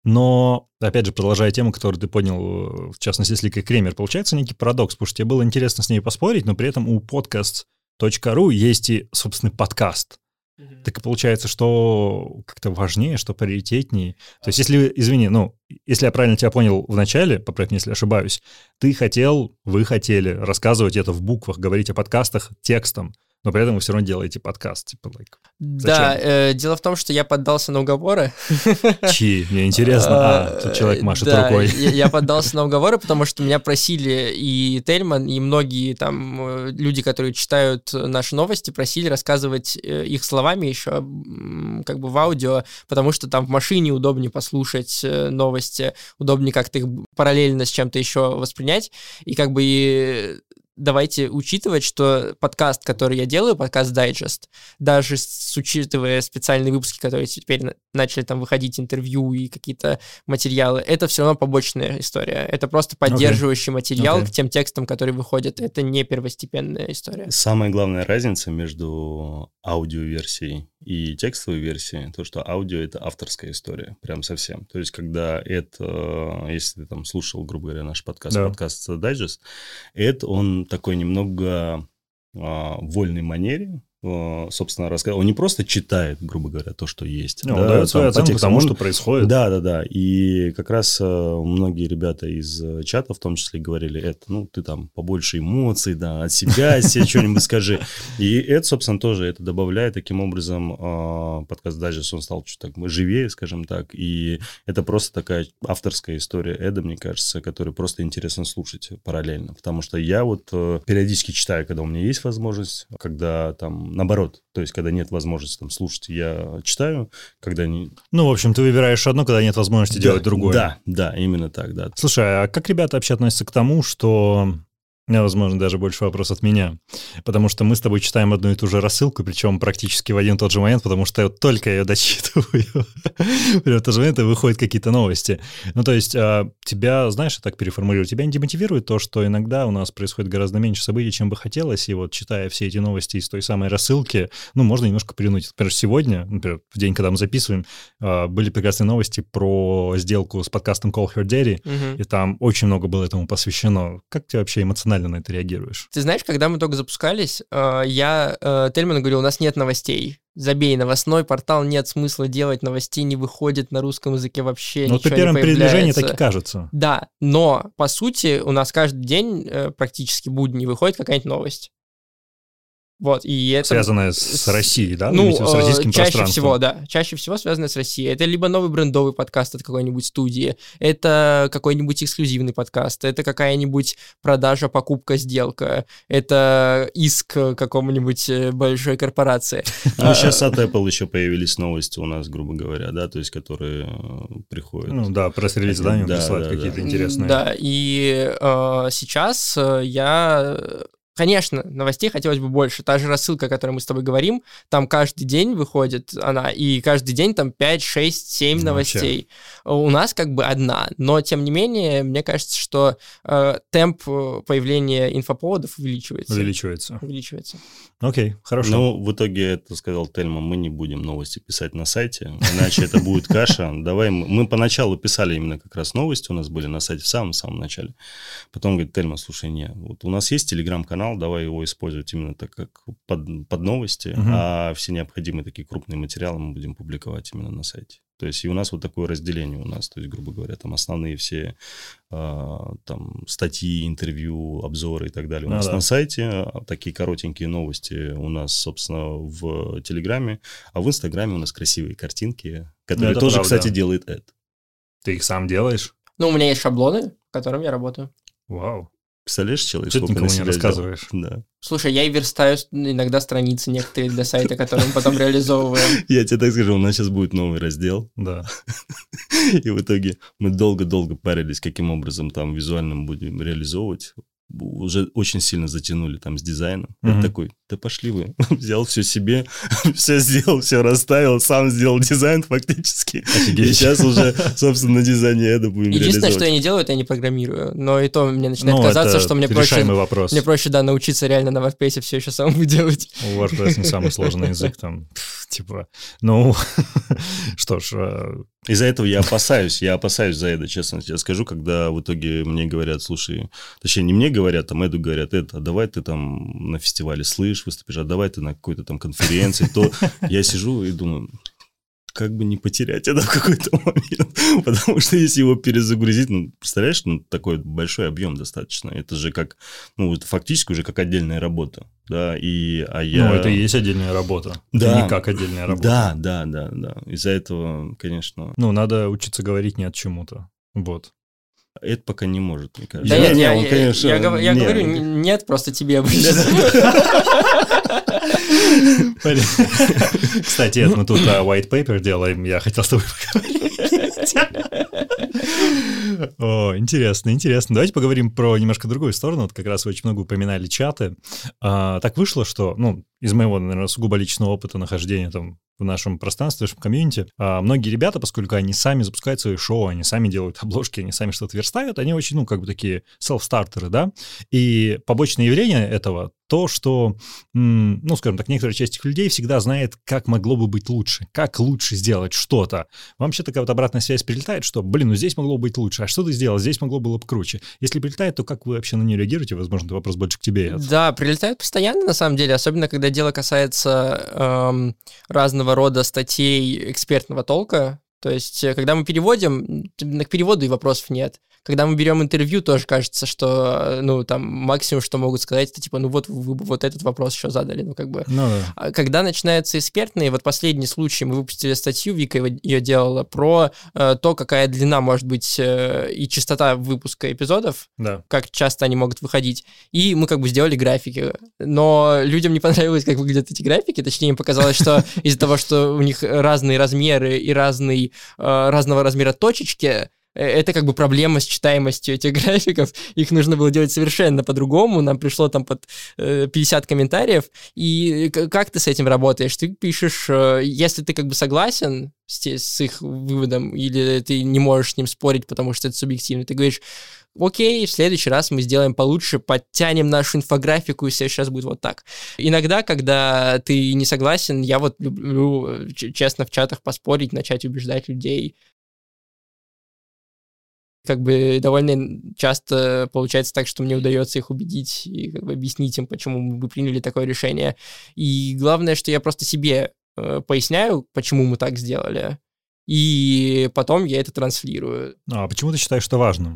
но, опять же, продолжая тему, которую ты поднял, в частности, с Ликой Кремер, получается некий парадокс, потому что тебе было интересно с ней поспорить, но при этом у подкаст точка ру есть и собственный подкаст. Mm-hmm. Так и получается, что как-то важнее, что приоритетнее. То есть, если, извини, ну, если я правильно тебя понял в начале, поправь меня, если ошибаюсь, ты хотел, вы хотели рассказывать это в буквах, говорить о подкастах текстом, но при этом вы все равно делаете подкаст. Типа, like,
да, э, дело в том, что я поддался на уговоры.
Чьи? Мне интересно. А, тут человек машет
да,
рукой.
Я, я поддался на уговоры, потому что меня просили и Тельман, и многие там люди, которые читают наши новости, просили рассказывать их словами еще как бы в аудио, потому что там в машине удобнее послушать новости, удобнее как-то их параллельно с чем-то еще воспринять. И как бы и... Давайте учитывать, что подкаст, который я делаю, подкаст Digest, даже с, учитывая специальные выпуски, которые теперь на, начали там выходить, интервью и какие-то материалы, это все равно побочная история. Это просто поддерживающий okay. материал okay. к тем текстам, которые выходят. Это не первостепенная история.
Самая главная разница между аудиоверсией и текстовой версией, то, что аудио — это авторская история, прям совсем. То есть, когда это, если ты там слушал, грубо говоря, наш подкаст, да. подкаст Digest, это он такой немного а, вольной манере, а, собственно, рассказывает. Он не просто читает, грубо говоря, то, что есть.
Ну, да, он дает свою оценку тому, что происходит.
Да, да, да. И как раз а, многие ребята из чата в том числе говорили, это, ну, ты там побольше эмоций, да, от себя, себе что-нибудь скажи. И это, собственно, тоже это добавляет. Таким образом, а, подкаст Digest, он стал чуть так живее, скажем так. И это просто такая авторская история Эда, мне кажется, которую просто интересно слушать параллельно. Потому что я вот периодически читаю, когда у меня есть возможность, когда там наоборот, то есть, когда нет возможности там слушать, я читаю, когда не...
Ну, в общем, ты выбираешь одно, когда нет возможности да, делать другое.
Да, да, именно так, да.
Слушай, а как ребята вообще относятся к тому, что... Возможно, даже больше вопрос от меня. Потому что мы с тобой читаем одну и ту же рассылку, причем практически в один и тот же момент, потому что я только ее дочитываю. Прямо в тот же момент и выходят какие-то новости. Ну, то есть, тебя, знаешь, я так переформулирую, тебя не демотивирует то, что иногда у нас происходит гораздо меньше событий, чем бы хотелось, и вот, читая все эти новости из той самой рассылки, ну, можно немножко принуть. Например, сегодня, например, в день, когда мы записываем, были прекрасные новости про сделку с подкастом Call Her Daddy, uh-huh. и там очень много было этому посвящено. Как тебе вообще эмоционально на это реагируешь?
Ты знаешь, когда мы только запускались, я Тельману говорил, у нас нет новостей. Забей, новостной портал, нет смысла делать, новостей не выходит на русском языке вообще,
но
ничего
по первом
не появляется.
передвижении так и кажется.
Да, но, по сути, у нас каждый день практически будни выходит какая-нибудь новость. Вот, и это...
Связанное с Россией, да?
Ну,
с российским
чаще
пространством.
всего, да. Чаще всего связанное с Россией. Это либо новый брендовый подкаст от какой-нибудь студии, это какой-нибудь эксклюзивный подкаст, это какая-нибудь продажа, покупка, сделка, это иск какому-нибудь большой корпорации.
Ну, сейчас от Apple еще появились новости у нас, грубо говоря, да, то есть, которые приходят.
Ну, да, пресс-релиз, да, они
да,
присылают
да,
какие-то
да.
интересные.
Да, и э, сейчас я... Конечно, новостей хотелось бы больше. Та же рассылка, о которой мы с тобой говорим, там каждый день выходит она, и каждый день там пять, шесть, семь новостей. Вообще. У нас как бы одна, но тем не менее, мне кажется, что э, темп появления инфоповодов увеличивается.
Увеличивается.
Увеличивается.
Окей, хорошо.
Ну, в итоге, это сказал Тельма, мы не будем новости писать на сайте, иначе это будет каша. Давай, мы поначалу писали именно как раз новости, у нас были на сайте в самом-самом начале. Потом говорит, Тельма, слушай, не, вот у нас есть телеграм-канал, давай его использовать именно так, как под, под новости, uh-huh. а все необходимые такие крупные материалы мы будем публиковать именно на сайте. То есть и у нас вот такое разделение у нас, то есть, грубо говоря, там основные все а, там статьи, интервью, обзоры и так далее у ну, нас да. на сайте, а такие коротенькие новости у нас, собственно, в Телеграме, а в Инстаграме у нас красивые картинки, которые ну, тоже, правда. Кстати, делает Эд.
Ты их сам делаешь?
Ну, у меня есть шаблоны, в которых я работаю.
Вау.
Представляешь, человек,
что ты никому не рассказываешь?
Да.
Слушай, я и верстаю иногда страницы некоторые для сайта, которые мы потом реализовываем.
Я тебе так скажу, у нас сейчас будет новый раздел.
Да.
И в итоге мы долго-долго парились, каким образом там визуально мы будем реализовывать. Уже очень сильно затянули там с дизайном. Mm-hmm. Я такой, да пошли вы. Взял все себе, все сделал, все расставил, сам сделал дизайн фактически. Офигеть. И сейчас уже, собственно, на дизайне это будем
Единственное,
реализовывать.
что я не делаю, это я не программирую. Но и то мне начинает
ну,
казаться, что мне проще,
вопрос.
мне проще, да, научиться реально на WordPress все еще самому делать.
WordPress не самый сложный язык там, типа, ну, что ж...
Из-за этого я опасаюсь, я опасаюсь за это, честно тебе скажу, когда в итоге мне говорят, слушай, точнее, не мне говорят, там, Эду говорят, это, давай ты там на фестивале слышь, выступишь, а давай ты на какой-то там конференции, то я сижу и думаю, как бы не потерять это в какой-то момент, потому что если его перезагрузить, ну, представляешь, ну, такой большой объем достаточно, это же как, ну, это фактически уже как отдельная работа, да, и, а я...
Ну, это и есть отдельная работа,
да,
это не как отдельная работа.
Да, да, да, да, из-за этого, конечно...
Ну, надо учиться говорить не от чему-то, вот.
Это пока не может, мне кажется.
Да,
я,
нет,
не,
я,
он,
я,
конечно,
я, я
не,
говорю,
он...
нет, просто тебе обычно.
Кстати, это мы тут white paper делаем, я хотел с тобой поговорить. О, интересно, интересно. Давайте поговорим про немножко другую сторону. Вот как раз вы очень много упоминали чаты. А, так вышло, что, ну, из моего, наверное, сугубо личного опыта нахождения там в нашем пространстве, в нашем комьюнити, а, многие ребята, поскольку они сами запускают свои шоу, они сами делают обложки, они сами что-то верстают, они очень, ну, как бы такие селф-стартеры, да, и побочное явление этого то, что, м, ну, скажем так, некоторая часть этих людей всегда знает, как могло бы быть лучше, как лучше сделать что-то. Вам вообще такая вот обратная связь прилетает, что, блин, ну здесь могло быть лучше, а что ты сделал, здесь могло было бы круче. Если прилетает, то как вы вообще на нее реагируете? Возможно, это вопрос больше к тебе.
Да, прилетают постоянно, на самом деле, особенно когда дело касается эм, разного рода статей экспертного толка. То есть, когда мы переводим, к переводу и вопросов нет. Когда мы берем интервью, тоже кажется, что, ну, там, максимум, что могут сказать, это типа, ну, вот вы бы вот этот вопрос еще задали, ну, как бы.
Ну, да.
А когда начинаются экспертные, вот последний случай, мы выпустили статью, Вика ее делала, про э, то, какая длина может быть э, и частота выпуска эпизодов,
да.
как часто они могут выходить, и мы как бы сделали графики. Но людям не понравилось, как выглядят эти графики, точнее, им показалось, что из-за того, что у них разные размеры и разный, э, разного размера точечки, это как бы проблема с читаемостью этих графиков. Их нужно было делать совершенно по-другому. Нам пришло там под пятьдесят комментариев. И как ты с этим работаешь? Ты пишешь, если ты как бы согласен с, с их выводом, или ты не можешь с ним спорить, потому что это субъективно, ты говоришь, окей, в следующий раз мы сделаем получше, подтянем нашу инфографику, и в следующий раз будет вот так. Иногда, когда ты не согласен, я вот люблю честно в чатах поспорить, начать убеждать людей. Как бы довольно часто получается так, что мне удается их убедить и как бы объяснить им, почему мы приняли такое решение. И главное, что я просто себе э, поясняю, почему мы так сделали, и потом я это транслирую.
А почему ты считаешь это важным?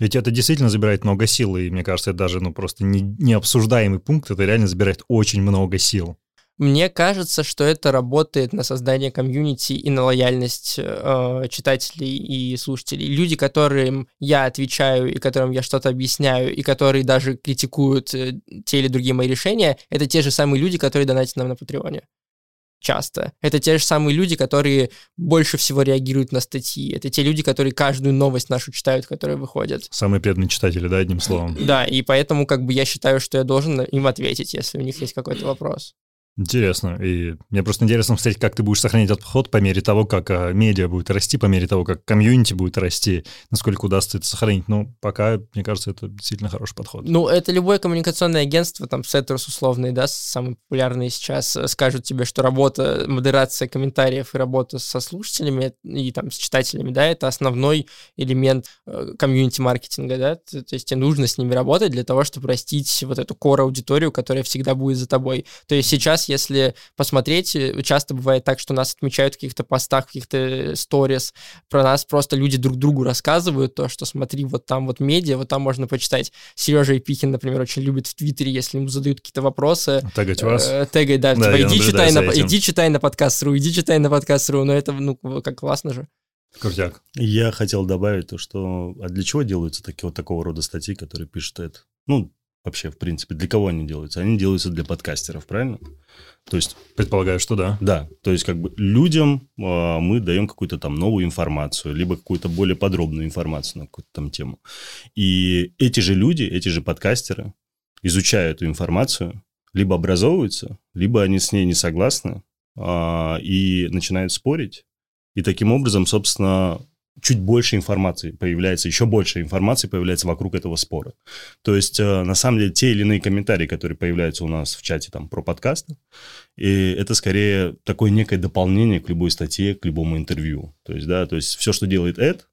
Ведь это действительно забирает много сил, и мне кажется, это даже ну, просто не, необсуждаемый пункт, это реально забирает очень много сил.
Мне кажется, что это работает на создание комьюнити и на лояльность э, читателей и слушателей. Люди, которым я отвечаю и которым я что-то объясняю, и которые даже критикуют э, те или другие мои решения, это те же самые люди, которые донатят нам на Патреоне. Часто. Это те же самые люди, которые больше всего реагируют на статьи. Это те люди, которые каждую новость нашу читают, которая выходит.
Самые преданные читатели, да, одним словом.
Да, и поэтому как бы я считаю, что я должен им ответить, если у них есть какой-то вопрос.
Интересно. И мне просто интересно посмотреть, как ты будешь сохранять этот подход по мере того, как а, медиа будет расти, по мере того, как комьюнити будет расти, насколько удастся это сохранить. Ну, пока, мне кажется, это действительно хороший подход.
Ну, это любое коммуникационное агентство, там, Сеттерс условный, да, самый популярный сейчас, скажут тебе, что работа, модерация комментариев и работа со слушателями и там с читателями, да, это основной элемент э, комьюнити-маркетинга, да, то, то есть тебе нужно с ними работать для того, чтобы растить вот эту core-аудиторию, которая всегда будет за тобой. То есть сейчас если посмотреть, часто бывает так, что нас отмечают в каких-то постах, в каких-то сторис, про нас просто люди друг другу рассказывают то, что смотри, вот там вот медиа, вот там можно почитать. Сережа Епихин, например, очень любит в Твиттере, если ему задают какие-то вопросы.
Тегать вас?
Э, тегать, да,
да
типа, иди читай, на, иди читай на подкаст.ру, иди читай на подкаст.ру, но это, ну, как классно же.
Крутяк.
Я хотел добавить то, что... А для чего делаются такие вот такого рода статьи, которые пишут это? Ну, вообще, в принципе, для кого они делаются? Они делаются для подкастеров, правильно? То есть...
Предполагаю, что да.
Да, то есть как бы людям э, мы даем какую-то там новую информацию, либо какую-то более подробную информацию на какую-то там тему. И эти же люди, эти же подкастеры изучают эту информацию, либо образовываются, либо они с ней не согласны э, и начинают спорить. И таким образом, собственно... чуть больше информации появляется, еще больше информации появляется вокруг этого спора. То есть, на самом деле, те или иные комментарии, которые появляются у нас в чате там, про подкасты, и это скорее такое некое дополнение к любой статье, к любому интервью. То есть, да, то есть все, что делает Эд,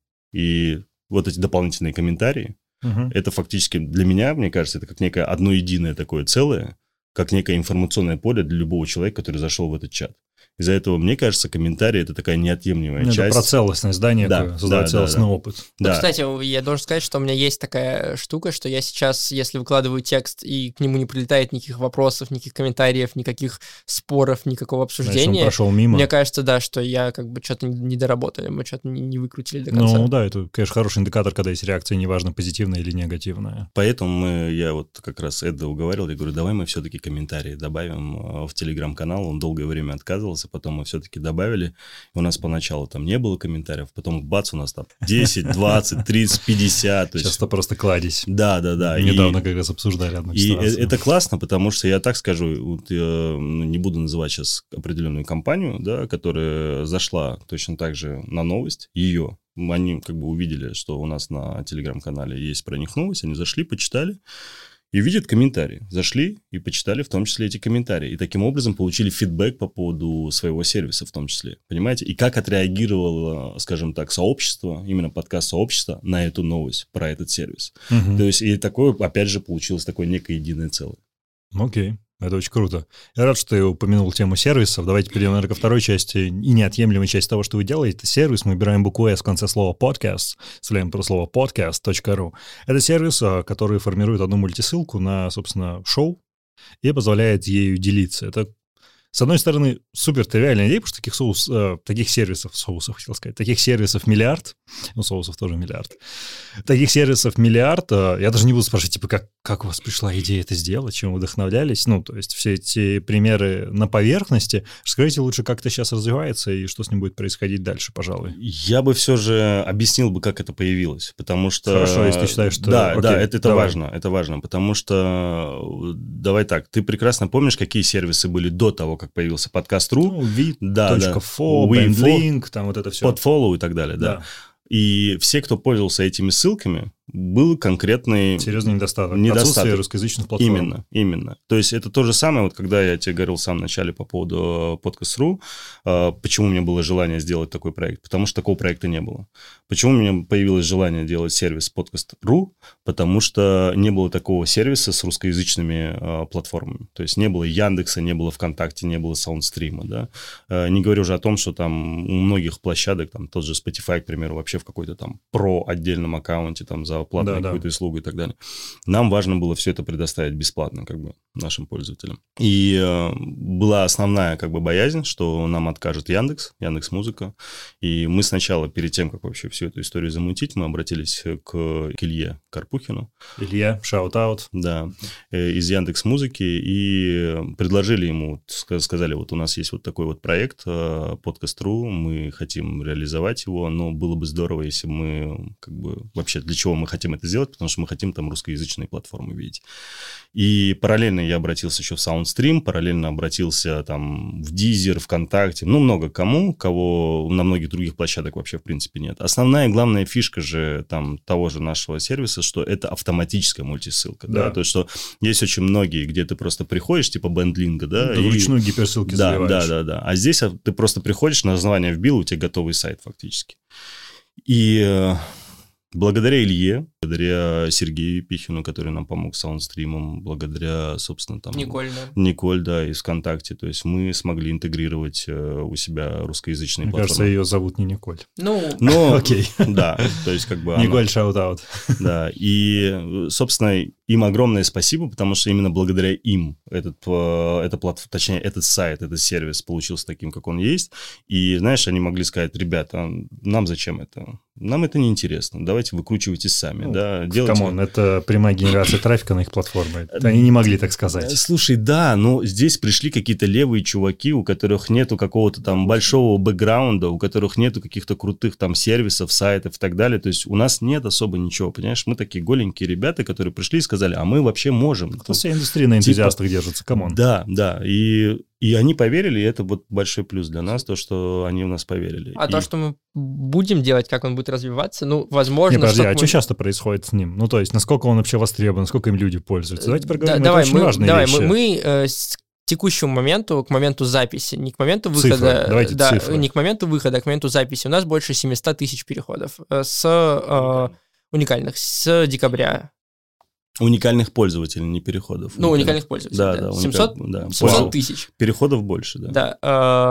и вот эти дополнительные комментарии, угу. это фактически для меня, мне кажется, это как некое одно единое такое целое, как некое информационное поле для любого человека, который зашел в этот чат. Из-за этого, мне кажется, комментарии – это такая неотъемлемая
это
часть.
Это про целостность, да, некую, да, создавать да, целостный да, опыт.
Да. Ну, кстати, я должен сказать, что у меня есть такая штука, что я сейчас, если выкладываю текст, и к нему не прилетает никаких вопросов, никаких комментариев, никаких споров, никакого обсуждения,
значит, он прошел мимо.
Мне кажется, да, что я как бы что-то не доработали, мы что-то не, не выкрутили до конца.
Ну да, это, конечно, хороший индикатор, когда есть реакция, неважно, позитивная или негативная.
Поэтому мы, я вот как раз Эда уговаривал, я говорю, давай мы все-таки комментарии добавим в Телеграм-канал, он долгое время отказывался, потом мы все-таки добавили. У нас поначалу там не было комментариев, потом бац, у нас там десять, двадцать, тридцать, пятьдесят.
Сейчас это просто кладезь.
Да, да, да.
Недавно и, как раз обсуждали одну ситуацию.
И это классно, потому что я так скажу, вот я не буду называть сейчас определенную компанию, да, которая зашла точно так же на новость, ее. Они как бы увидели, что у нас на Телеграм-канале есть про них новость, они зашли, почитали. И видят комментарии. Зашли и почитали в том числе эти комментарии. И таким образом получили фидбэк по поводу своего сервиса в том числе. Понимаете? И как отреагировало, скажем так, сообщество, именно подкаст-сообщество на эту новость про этот сервис. Угу. То есть, и такое, опять же, получилось такое некое единое целое.
Окей. Это очень круто. Я рад, что ты упомянул тему сервисов. Давайте перейдем, наверное, ко второй части и неотъемлемой части того, что вы делаете. Это сервис. Мы убираем букву «с» в конце слова «podcast», вставляем про слово podcast точка ру. Это сервис, который формирует одну мультисылку на, собственно, шоу и позволяет ею делиться. Это, с одной стороны, супер тривиальная идея, потому что таких, соус, э, таких сервисов, соусов, хотел сказать, таких сервисов миллиард, ну, соусов тоже миллиард, таких сервисов миллиард, э, я даже не буду спрашивать, типа, как, как у вас пришла идея это сделать, чем вы вдохновлялись, ну, то есть все эти примеры на поверхности, расскажите лучше, как это сейчас развивается и что с ним будет происходить дальше, пожалуй.
Я бы все же объяснил бы, как это появилось, потому что...
Хорошо, если ты считаешь, что...
Да,
Окей,
да, это, это
давай.
важно, это важно, потому что, давай так, ты прекрасно помнишь, какие сервисы были до того, как появился подкаст.ру.
Ну, вид,
да,
точка фо,
да.
BandLink, там вот это все.
Podfollow и так далее, да. да. И все, кто пользовался этими ссылками, был конкретный...
Серьезный недостаток.
недостаток.
Отсутствие русскоязычных платформ.
Именно, именно. То есть это то же самое, вот когда я тебе говорил в самом начале по поводу подкаст.ру, почему у меня было желание сделать такой проект, потому что такого проекта не было. Почему у меня появилось желание делать сервис подкаст.ру, потому что не было такого сервиса с русскоязычными платформами. То есть не было Яндекса, не было ВКонтакте, не было Саундстрима, да. Не говорю уже о том, что там у многих площадок, там тот же Spotify, к примеру, вообще в какой-то там про отдельном аккаунте там за за платную
да,
какую-то
да.
услугу и так далее. Нам важно было все это предоставить бесплатно как бы нашим пользователям. И э, была основная как бы боязнь, что нам откажет Яндекс, Яндекс.Музыка. И мы сначала, перед тем, как вообще всю эту историю замутить, мы обратились к, к Илье Карпухину.
Илья, шаут-аут.
Да, из Яндекс.Музыки, и предложили ему, сказали, вот у нас есть вот такой вот проект подкаст точка ру, мы хотим реализовать его, но было бы здорово, если мы, как бы, вообще для чего мы хотим это сделать, потому что мы хотим там русскоязычные платформы видеть. И параллельно я обратился еще в Soundstream, параллельно обратился там в Deezer, ВКонтакте, ну, много кому, кого на многих других площадок вообще в принципе нет. Основная и главная фишка же там того же нашего сервиса, что это автоматическая мультисылка, да, да? То есть, что есть очень многие, где ты просто приходишь, типа бендлинга, да,
да,
и...
вручную гиперссылки
да,
заливаешь.
Да, да, да. А здесь ты просто приходишь, название вбил, у тебя готовый сайт фактически. И благодаря Илье, благодаря Сергею Епихину, который нам помог с саундстримом, благодаря, собственно, там...
Николь, да.
Николь, да, из ВКонтакте. То есть мы смогли интегрировать у себя русскоязычные
Мне
платформы.
Мне кажется, ее зовут не Николь.
Ну,
Но,
окей.
Да, то есть как бы...
Николь, шаут-аут.
Да, и, собственно, им огромное спасибо, потому что именно благодаря им этот, эта платформа, точнее, этот сайт, этот сервис получился таким, как он есть. И, знаешь, они могли сказать, ребята, нам зачем это? Нам это неинтересно, давайте выкручивайтесь сами. Ну, да, делайте...
Камон, это прямая генерация трафика на их платформе. Они не могли так сказать.
Слушай, да, но здесь пришли какие-то левые чуваки, у которых нету какого-то там большого бэкграунда, у которых нету каких-то крутых там сервисов, сайтов и так далее. То есть у нас нет особо ничего, понимаешь? Мы такие голенькие ребята, которые пришли и сказали, а мы вообще можем.
Это вся индустрия на энтузиастах типа... держится, камон.
Да, да, и... И они поверили, и это вот большой плюс для нас, то, что они в нас поверили.
А
и...
то, что мы будем делать, как он будет развиваться, ну, возможно...
Не, подожди, а
мы...
что часто происходит с ним? Ну, то есть, насколько он вообще востребован, насколько им люди пользуются? Давайте проговорим,
да,
это
давай,
очень
мы,
важные
давай,
вещи.
Мы, мы э, с текущему моменту, к моменту записи, не к моменту выхода...
Цифры, давайте
да,
цифры.
Не к моменту выхода, а к моменту записи. У нас больше семьсот тысяч переходов с э, уникальных, с декабря.
Уникальных пользователей, не переходов.
Ну, уникальных пользователей,
да.
да.
да
семьсот,
да,
семьсот тысяч.
Переходов больше, да.
Да.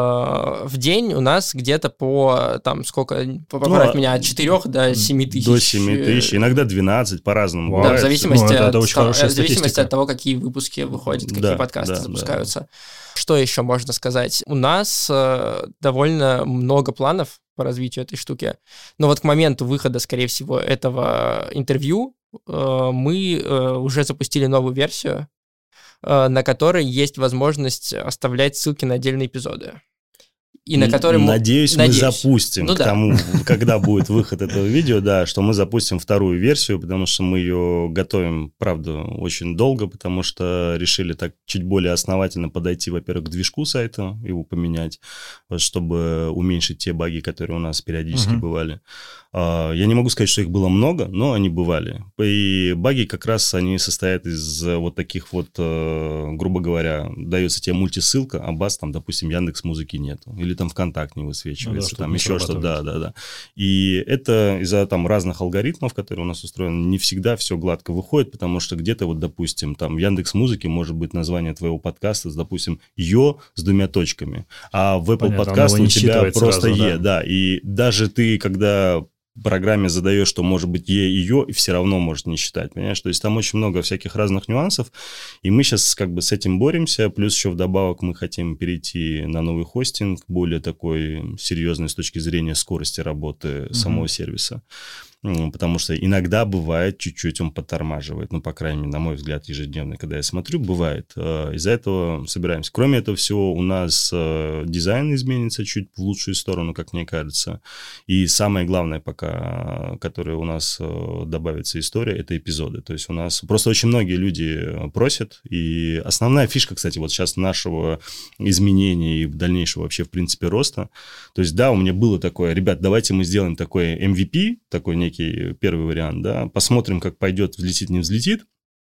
Э, в день у нас где-то по, там, сколько, поправь ну, меня, от четырёх до семи тысяч.
До семи тысяч, иногда двенадцать, по-разному.
Да, бывает. В зависимости, ну, это,
это
от,
в
зависимости от того, какие выпуски выходят, какие
да,
подкасты
да,
запускаются.
Да.
Что еще можно сказать? У нас э, довольно много планов по развитию этой штуки. Но вот к моменту выхода, скорее всего, этого интервью э, мы э, уже запустили новую версию, э, на которой есть возможность оставлять ссылки на отдельные эпизоды. И на который
Надеюсь,
мы... Надеюсь,
мы запустим
ну,
к
да.
тому, когда будет выход этого видео, да, что мы запустим вторую версию, потому что мы ее готовим, правда, очень долго, потому что решили так чуть более основательно подойти, во-первых, к движку сайта, его поменять, чтобы уменьшить те баги, которые у нас периодически uh-huh. бывали. Я не могу сказать, что их было много, но они бывали. И баги как раз они состоят из вот таких вот, грубо говоря, дается тебе мультисылка, а баз там, допустим, Яндекс.Музыки нету. Или там ВКонтакт не высвечивается, ну, да, там еще что-то, да, да, да. И это из-за там разных алгоритмов, которые у нас устроены, не всегда все гладко выходит, потому что где-то вот, допустим, там в Яндекс.Музыке может быть название твоего подкаста, допустим, Йо с двумя точками, а в Apple подкасте у тебя просто сразу, Е, да. да, и даже ты, когда программе задаешь, что может быть Е и Ё, и все равно может не считать, понимаешь? То есть там очень много всяких разных нюансов, и мы сейчас как бы с этим боремся, плюс еще вдобавок мы хотим перейти на новый хостинг, более такой серьезный с точки зрения скорости работы mm-hmm. самого сервиса. Потому что иногда бывает, чуть-чуть он подтормаживает, ну, по крайней мере, на мой взгляд, ежедневно, когда я смотрю, бывает. Из-за этого собираемся. Кроме этого всего, у нас дизайн изменится чуть в лучшую сторону, как мне кажется. И самое главное пока, которое у нас добавится история, это эпизоды. То есть у нас просто очень многие люди просят, и основная фишка, кстати, вот сейчас нашего изменения и дальнейшего вообще, в принципе, роста. То есть, да, у меня было такое, ребят, давайте мы сделаем такой эм ви пи, такой некий первый вариант, да, посмотрим, как пойдет, взлетит, не взлетит.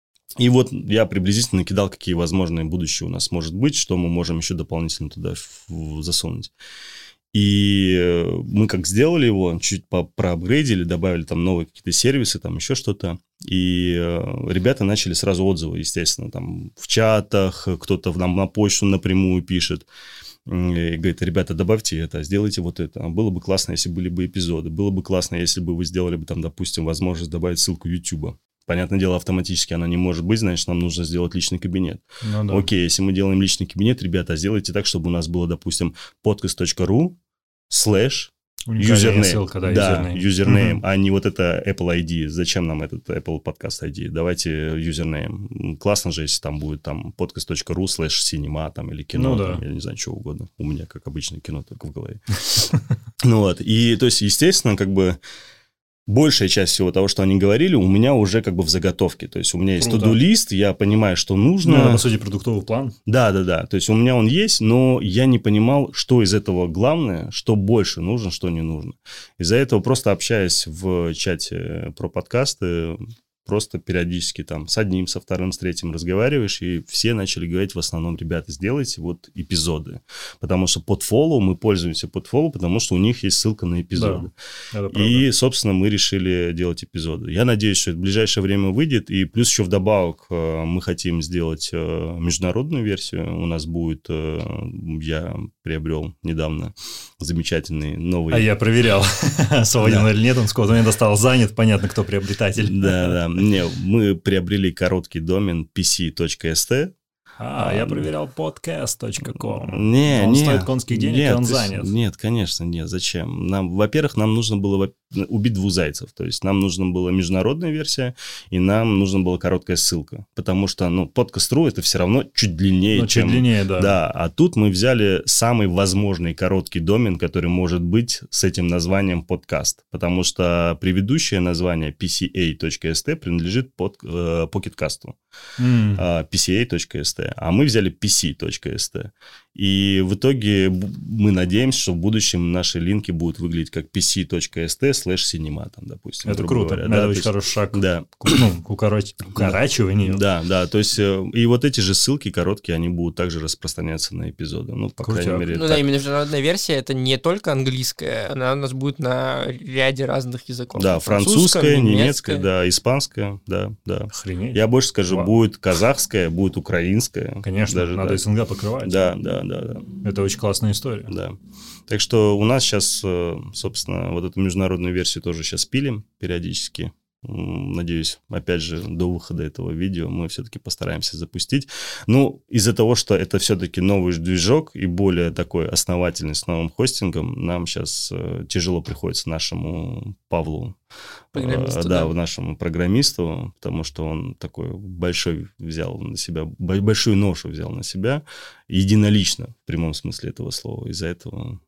И вот я приблизительно кидал, какие возможные будущее у нас может быть, что мы можем еще дополнительно туда засунуть. И мы как сделали его, чуть проапгрейдили, добавили там новые какие-то сервисы, там еще что-то. И ребята начали сразу отзывы, естественно, там в чатах, кто-то нам на почту напрямую пишет. И говорит, ребята, добавьте это, сделайте вот это. Было бы классно, если были бы эпизоды. Было бы классно, если бы вы сделали бы там, допустим, возможность добавить ссылку YouTube. Понятное дело, автоматически она не может быть, значит, нам нужно сделать личный кабинет. Ну, да. Окей, если мы делаем личный кабинет, ребята, сделайте так, чтобы у нас было, допустим, podcast.ru слэш юзернейм.
Ссылка, да,
да, юзернейм, угу. а не вот это Apple ай ди. Зачем нам этот Apple Podcast ай ди? Давайте юзернейм. Классно же, если там будет там podcast.ru слэш cinema там, или кино, ну, да. там, я не знаю, что угодно. У меня, как обычно, кино только в голове. Ну вот, и то есть, естественно, как бы большая часть всего того, что они говорили, у меня уже как бы в заготовке. То есть, у меня есть to-do-лист, я понимаю, что нужно.
Ну, по сути, продуктовый план.
Да-да-да. То есть, у меня он есть, но я не понимал, что из этого главное, что больше нужно, что не нужно. Из-за этого просто общаясь в чате про подкасты, просто периодически там с одним, со вторым, с третьим разговариваешь, и все начали говорить в основном, ребята, сделайте вот эпизоды. Потому что под follow, мы пользуемся под follow, потому что у них есть ссылка на эпизоды. Да, и, собственно, мы решили делать эпизоды. Я надеюсь, что это в ближайшее время выйдет, и плюс еще вдобавок мы хотим сделать международную версию. У нас будет, я приобрел недавно замечательный новый...
А я проверял, свободен или нет, он сказал, мне достал занят, понятно, кто приобретатель.
Да, да. Не, мы приобрели короткий домен пи си точка эс ти.
А, а, я проверял подкаст точка ком.
Не,
он
не,
стоит конских денег,
нет,
и он
ты,
занят.
Нет, конечно, нет. Зачем? Нам, во-первых, нам нужно было убить двух зайцев. То есть, нам нужна была международная версия, и нам нужна была короткая ссылка. Потому что, ну, подкаст.ру это все равно чуть длиннее,
ну,
чем...
чуть длиннее, да.
Да, а тут мы взяли самый возможный короткий домен, который может быть с этим названием подкаст. Потому что предыдущее название пи си эй точка эс ти принадлежит под, э, Pocketcast. Mm. Э, пи си эй точка эс ти. А мы взяли пи си точка эс ти. И в итоге мы надеемся, что в будущем наши линки будут выглядеть как пи си точка эс ти слэш cinema, там, допустим.
Это круто.
Говоря.
Это
да,
очень
есть,
хороший шаг
да.
к, ну, к укороч... укорачиванию.
Да, да. То есть, и вот эти же ссылки короткие, они будут также распространяться на эпизоды. Ну, по Крутяк. крайней мере.
Ну так. Да, именно международная версия, это не только английская, она у нас будет на ряде разных языков.
Да, французская, немецкая, да, испанская, да, да.
Охренеть.
Я больше скажу, Вау. будет казахская, будет украинская.
Конечно, даже, надо да. СНГ покрывать.
Да, да, да, да.
Это очень классная история.
Да. Так что у нас сейчас, собственно, вот эту международную версию тоже сейчас пилим периодически. Надеюсь, опять же, до выхода этого видео мы все-таки постараемся запустить. Ну, из-за того, что это все-таки новый движок и более такой основательный с новым хостингом, нам сейчас тяжело приходится нашему Павлу,
программисту,
да, да, нашему программисту, потому что он такой большой взял на себя, большую ношу взял на себя, единолично, в прямом смысле этого слова. Из-за этого...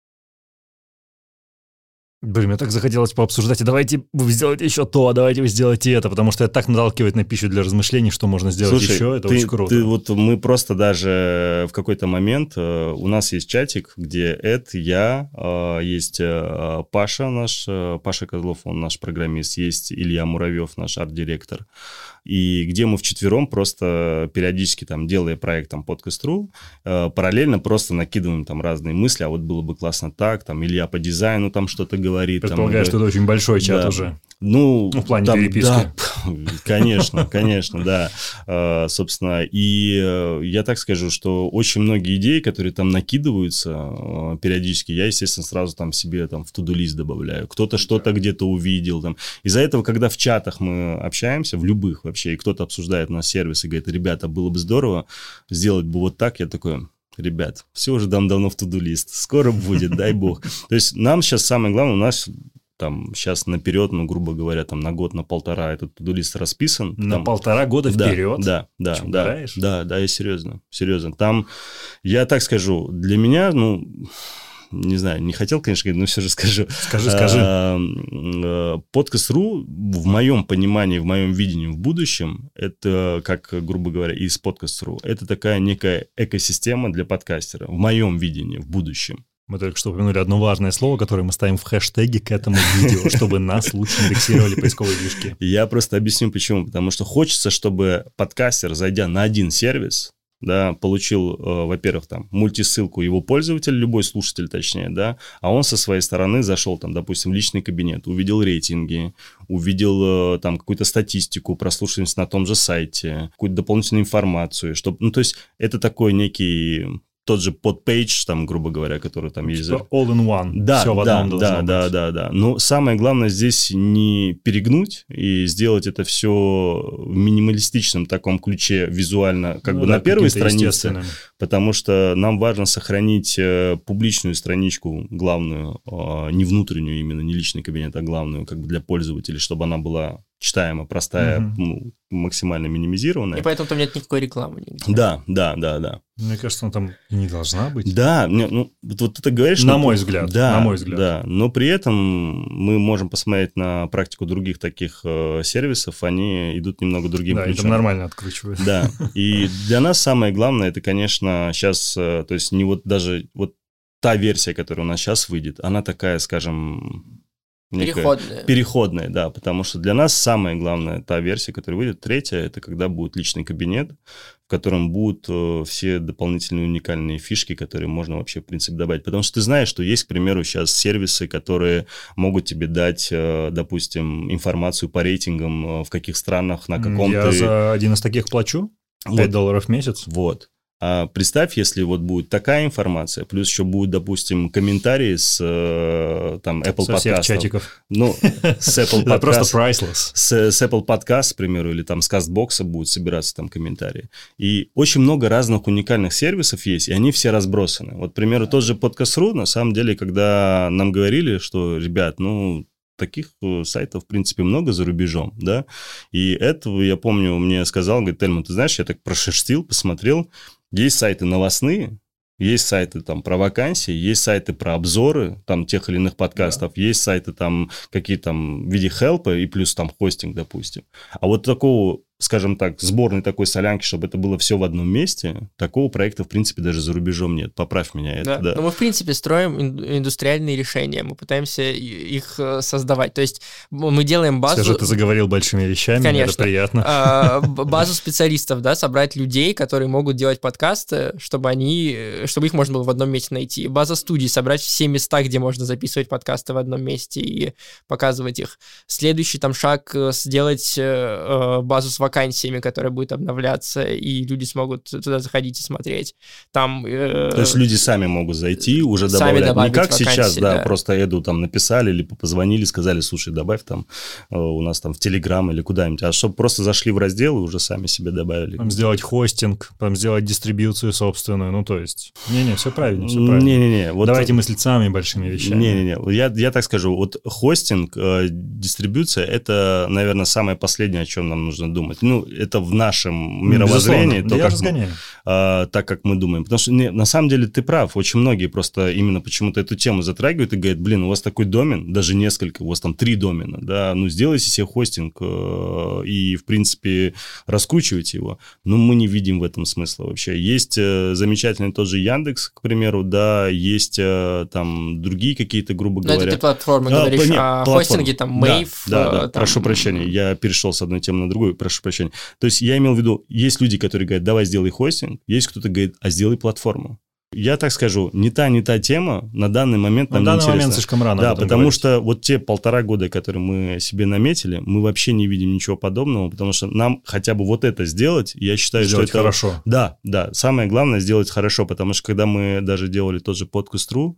Блин, мне так захотелось пообсуждать, и давайте вы сделаете еще то, а давайте вы сделаете это, потому что это так наталкивает на пищу для размышлений, что можно сделать
Слушай,
еще, это
ты,
очень круто.
Ты, вот мы просто даже в какой-то момент, у нас есть чатик, где Эд, я, есть Паша наш, Паша Козлов, он наш программист, есть Илья Муравьев, наш арт-директор, и где мы вчетвером просто периодически там, делая проект там подкаст.ру, параллельно просто накидываем там разные мысли, а вот было бы классно так, там Илья по дизайну там что-то говорит.
Предполагаю, там, что это очень большой чат да. уже.
Ну,
ну, в плане
там,
переписки.
Да, конечно, конечно, да. А, собственно, и я так скажу, что очень многие идеи, которые там накидываются периодически, я, естественно, сразу там себе там в to-do-лист добавляю. Кто-то что-то где-то увидел. Там. Из-за этого, когда в чатах мы общаемся, в любых вообще, и кто-то обсуждает наш сервис и говорит, ребята, было бы здорово сделать бы вот так, я такой... Ребят, все уже там давно в to-do-лист. Скоро будет, дай бог. То есть нам сейчас самое главное, у нас там сейчас наперед, ну, грубо говоря, там на год, на полтора этот to-do-лист расписан.
На
там...
полтора года вперед?
Да, да, да. Да, да, да, я серьезно, серьезно. Там, я так скажу, для меня, ну... Не знаю, не хотел, конечно, говорить, но все же скажу.
Скажи, скажи.
Подкаст.ру в моем понимании, в моем видении в будущем, это, как, грубо говоря, из Подкаст.ру, это такая некая экосистема для подкастера. В моем видении в будущем.
Мы только что упомянули одно важное слово, которое мы ставим в хэштеге к этому видео, чтобы нас лучше индексировали поисковые движки.
Я просто объясню, почему. Потому что хочется, чтобы подкастер, зайдя на один сервис, да, получил, э, во-первых, там, мультисылку его пользователь, любой слушатель, точнее, да, а он со своей стороны зашел, там, допустим, в личный кабинет, увидел рейтинги, увидел, э, там, какую-то статистику, прослушиваемость на том же сайте, какую-то дополнительную информацию, чтобы, ну, то есть, это такой некий... тот же подпейдж, там, грубо говоря, который там есть.
Типа all in one.
Да,
Все в
да,
одном
да,
должно
да,
быть.
да, да. Но самое главное здесь не перегнуть и сделать это все в минималистичном таком ключе визуально, как
Ну
бы
да,
на первой
каким-то
странице,
естественным.
потому что нам важно сохранить э, публичную страничку главную, э, не внутреннюю именно, не личный кабинет, а главную, как бы для пользователей, чтобы она была читаема, простая,
Мгм.
ну, максимально минимизированная.
И поэтому там нет никакой рекламы нигде.
Да, да, да, да.
Мне кажется, она там и не должна быть.
Да, не, ну, вот, вот ты говоришь...
На
ну,
мой взгляд,
да,
на мой взгляд.
Да, но при этом мы можем посмотреть на практику других таких э, сервисов, они идут немного другим
Да, и
ключом.
там нормально откручивают.
Да, и для нас самое главное, это, конечно, сейчас, э, то есть не вот даже вот та версия, которая у нас сейчас выйдет, она такая, скажем... некая-
Переходные.
Переходная, да, потому что для нас самое главное, та версия, которая выйдет, третья, это когда будет личный кабинет, в котором будут э, все дополнительные уникальные фишки, которые можно вообще, в принципе, добавить. Потому что ты знаешь, что есть, к примеру, сейчас сервисы, которые могут тебе дать, э, допустим, информацию по рейтингам, э, в каких странах, на каком
Я
ты...
за один из таких плачу.
Вот.
пять долларов в месяц.
Вот. А представь, если вот будет такая информация, плюс еще будут, допустим, комментарии с э, там Apple
Со всех
подкастов.
чатиков.
Ну, с Apple
Это просто
подкастов.
priceless.
С, с Apple Podcast, к примеру, или там с CastBox будут собираться там комментарии. И очень много разных уникальных сервисов есть, и они все разбросаны. Вот, к примеру, тот же Podcast.ru, на самом деле, когда нам говорили, что, ребят, ну, таких э, сайтов, в принципе, много за рубежом, да, и этого, я помню, мне сказал, говорит, Тельман, ты знаешь, я так прошерстил, посмотрел, есть сайты новостные, есть сайты там про вакансии, есть сайты про обзоры там тех или иных подкастов, да. Есть сайты там какие там в виде хелпа и плюс там хостинг, допустим. А вот такого, скажем так, сборной такой солянки, чтобы это было все в одном месте, такого проекта, в принципе, даже за рубежом нет. Поправь меня. Это,
Да.
да.
Но мы, в принципе, строим ин- индустриальные решения, мы пытаемся и- их э, создавать. То есть мы делаем базу...
Все же ты заговорил большими вещами,
Конечно.
это приятно.
А, б- базу специалистов, да, собрать людей, которые могут делать подкасты, чтобы они, чтобы их можно было в одном месте найти. База студий, собрать все места, где можно записывать подкасты в одном месте и показывать их. Следующий там шаг э, сделать э, базу с вакансиями, которая будет обновляться, и люди смогут туда заходить и смотреть. Там... э,
То есть люди сами могут зайти, уже
Сами
добавлять.
добавить
Не как сейчас,
вакансии,
да,
да.
просто Эду там написали или позвонили, сказали, слушай, добавь там э, у нас там в Телеграм или куда-нибудь. А чтобы просто зашли в раздел и уже сами себе добавили.
Там сделать хостинг, там сделать дистрибьюцию собственную, ну то есть... Не-не, все правильно, все правильно.
Не-не-не. Вот
Давайте мыслить самыми большими вещами.
Не-не-не, я, я так скажу, вот хостинг, э, дистрибьюция, это, наверное, самое последнее, о чем нам нужно думать. Ну, это в нашем мировоззрении,
Безусловно.
то,
Да я
как
же
мы,
сгоняю.
э, так, как мы думаем. Потому что, не, на самом деле, ты прав, очень многие просто именно почему-то эту тему затрагивают и говорят, блин, у вас такой домен, даже несколько, у вас там три домена, да, ну, сделайте себе хостинг э, и, в принципе, раскручивайте его. Но мы не видим в этом смысла вообще. Есть э, замечательный тот же Яндекс, к примеру, да, есть э, там другие какие-то, грубо
Ну,
говоря...
это ты платформы
А,
говоришь,
нет,
а
платформа.
хостинге там
Да,
Mave...
Да, да,
э, там-
прошу прощения, я перешел с одной темы на другую, прошу прощения. То есть я имел в виду, есть люди, которые говорят, давай сделай хостинг, есть кто-то говорит, а сделай платформу. Я так скажу, не та, не та тема на данный момент
На
нам
данный
не интересна.
момент слишком рано
Да,
об этом
потому
говорить.
что вот те полтора года, которые мы себе наметили, мы вообще не видим ничего подобного, потому что нам хотя бы вот это сделать, я считаю,
Сделать
что это...
хорошо.
Да, да, самое главное сделать хорошо, потому что когда мы даже делали тот же подкаст.ру,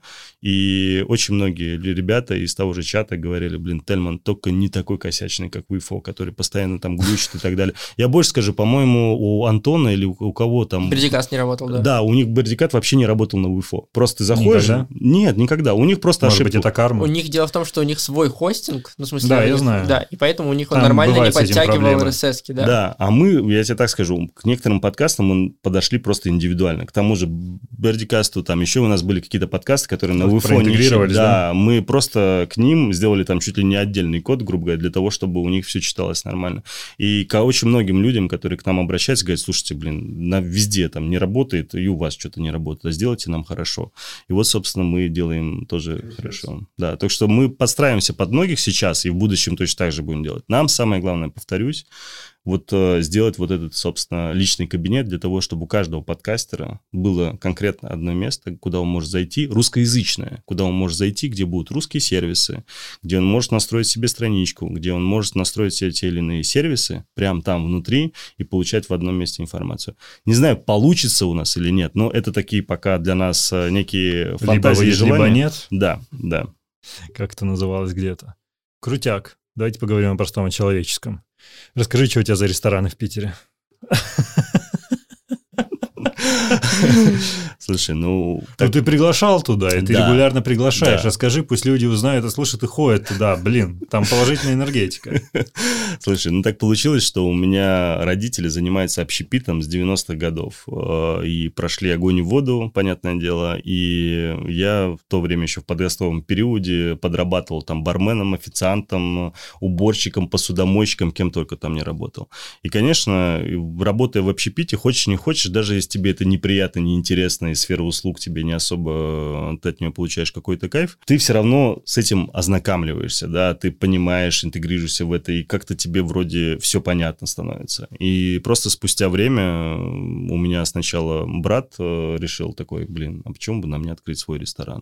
и очень многие ребята из того же чата говорили, блин, Тельман только не такой косячный, как Вифо, который постоянно там глючит и так далее. Я больше скажу, по-моему, у Антона или у, у кого там...
Бердикаст не работал, да.
Да, у них Бердикат вообще не работал на Вифо. Просто ты заходишь...
Никогда?
Нет, никогда. У них просто
Может
ошибка.
быть, это карма.
У них дело в том, что у них свой хостинг, ну, в смысле...
Да,
у
я
них-
знаю.
Да, и поэтому у них он
Там
нормально не
бывают с этим
подтягивал
проблемы.
эр эс эс-ки, да.
Да, а мы, я тебе так скажу, к некоторым подкастам мы подошли просто индивидуально. К тому же Бердикасту, там еще у нас были какие-то подкасты, которые на
Вот
Вифо не
проинтегрировались,
да, мы просто к ним сделали там чуть ли не отдельный код, грубо говоря, для того, чтобы у них все читалось нормально. И к очень многим людям, которые к нам обращаются, говорят, слушайте, блин, на везде там не работает, и у вас что-то не работает, а сделайте нам хорошо. И вот, собственно, мы делаем тоже хорошо. Да, так что мы подстраиваемся под многих сейчас, и в будущем точно так же будем делать. Нам самое главное, повторюсь, вот э, сделать вот этот, собственно, личный кабинет для того, чтобы у каждого подкастера было конкретно одно место, куда он может зайти, русскоязычное, куда он может зайти, где будут русские сервисы, где он может настроить себе страничку, где он может настроить себе те или иные сервисы прямо там внутри и получать в одном месте информацию. Не знаю, получится у нас или нет, но это такие пока для нас некие фантазии и желания.
Либо нет.
Да, да.
Как это называлось где-то. Крутяк. Давайте поговорим о простом, о человеческом. Расскажи, что у тебя за рестораны в Питере?
Слушай, ну...
Так... Ну, ты приглашал туда, и ты да. регулярно приглашаешь. Да. Расскажи, пусть люди узнают, и слышат, и ходят туда. Блин, там положительная энергетика.
Слушай, ну так получилось, что у меня родители занимаются общепитом с девяностых годов. И прошли огонь и воду, понятное дело. И я в то время еще в подростковом периоде подрабатывал там барменом, официантом, уборщиком, посудомойщиком, кем только там не работал. И, конечно, работая в общепите, хочешь не хочешь, даже если тебе это неприятно, неинтересно, и сфера услуг тебе не особо, ты от нее получаешь какой-то кайф, ты все равно с этим ознакомливаешься, да, ты понимаешь, интегрируешься в это, и как-то тебе вроде все понятно становится. И просто спустя время у меня сначала брат решил такой, блин, а почему бы нам не открыть свой ресторан?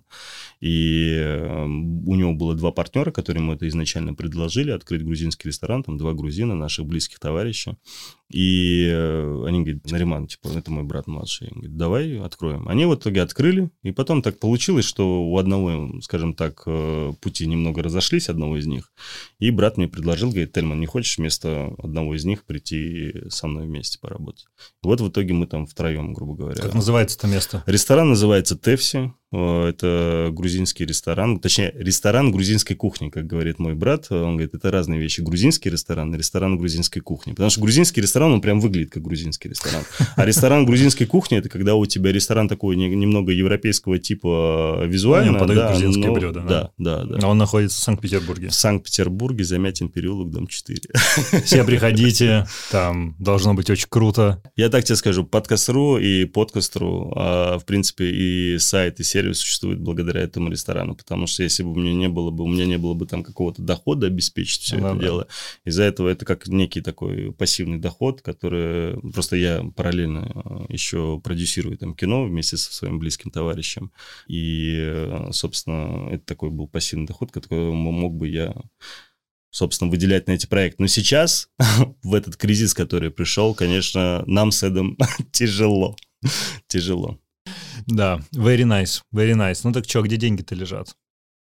И у него было два партнера, которым мы это изначально предложили, открыть грузинский ресторан, там два грузина, наших близких товарища. И они говорят, Нариман, типа, это мой брат младший. Он говорит, давай откроем. Они в итоге открыли, и потом так получилось, что у одного, скажем так, пути немного разошлись, одного из них, и брат мне предложил, говорит, Тельман, не хочешь вместо одного из них прийти со мной вместе поработать? И вот в итоге мы там втроем, грубо говоря.
Как называется это место?
Ресторан называется Тефси. Это грузинский ресторан, точнее, ресторан грузинской кухни, как говорит мой брат. Он говорит, это разные вещи. Грузинский ресторан и ресторан грузинской кухни. Потому что грузинский ресторан, он прям выглядит как грузинский ресторан. А ресторан грузинской кухни, это когда у тебя ресторан такой немного европейского типа визуально.
Подают
да,
грузинские
но,
блюда.
Да, да, да.
А он находится в Санкт-Петербурге.
В Санкт-Петербурге, Замятин переулок, дом четыре.
Все приходите, там должно быть очень круто.
Я так тебе скажу, подкаст.ру и подкаст.ру, а, в принципе, и сайт, и сервис существует благодаря этому ресторану, потому что если бы у меня не было бы, у меня не было бы там какого-то дохода обеспечить все ну, это да. дело, из-за этого это как некий такой пассивный доход, который просто я параллельно еще продюсирую там кино вместе со своим близким товарищем, и, собственно, это такой был пассивный доход, который мог бы я, собственно, выделять на эти проекты. Но сейчас, в этот кризис, который пришел, конечно, нам с Эдом тяжело, тяжело.
Да, very nice, very nice. Ну так что, где деньги-то лежат?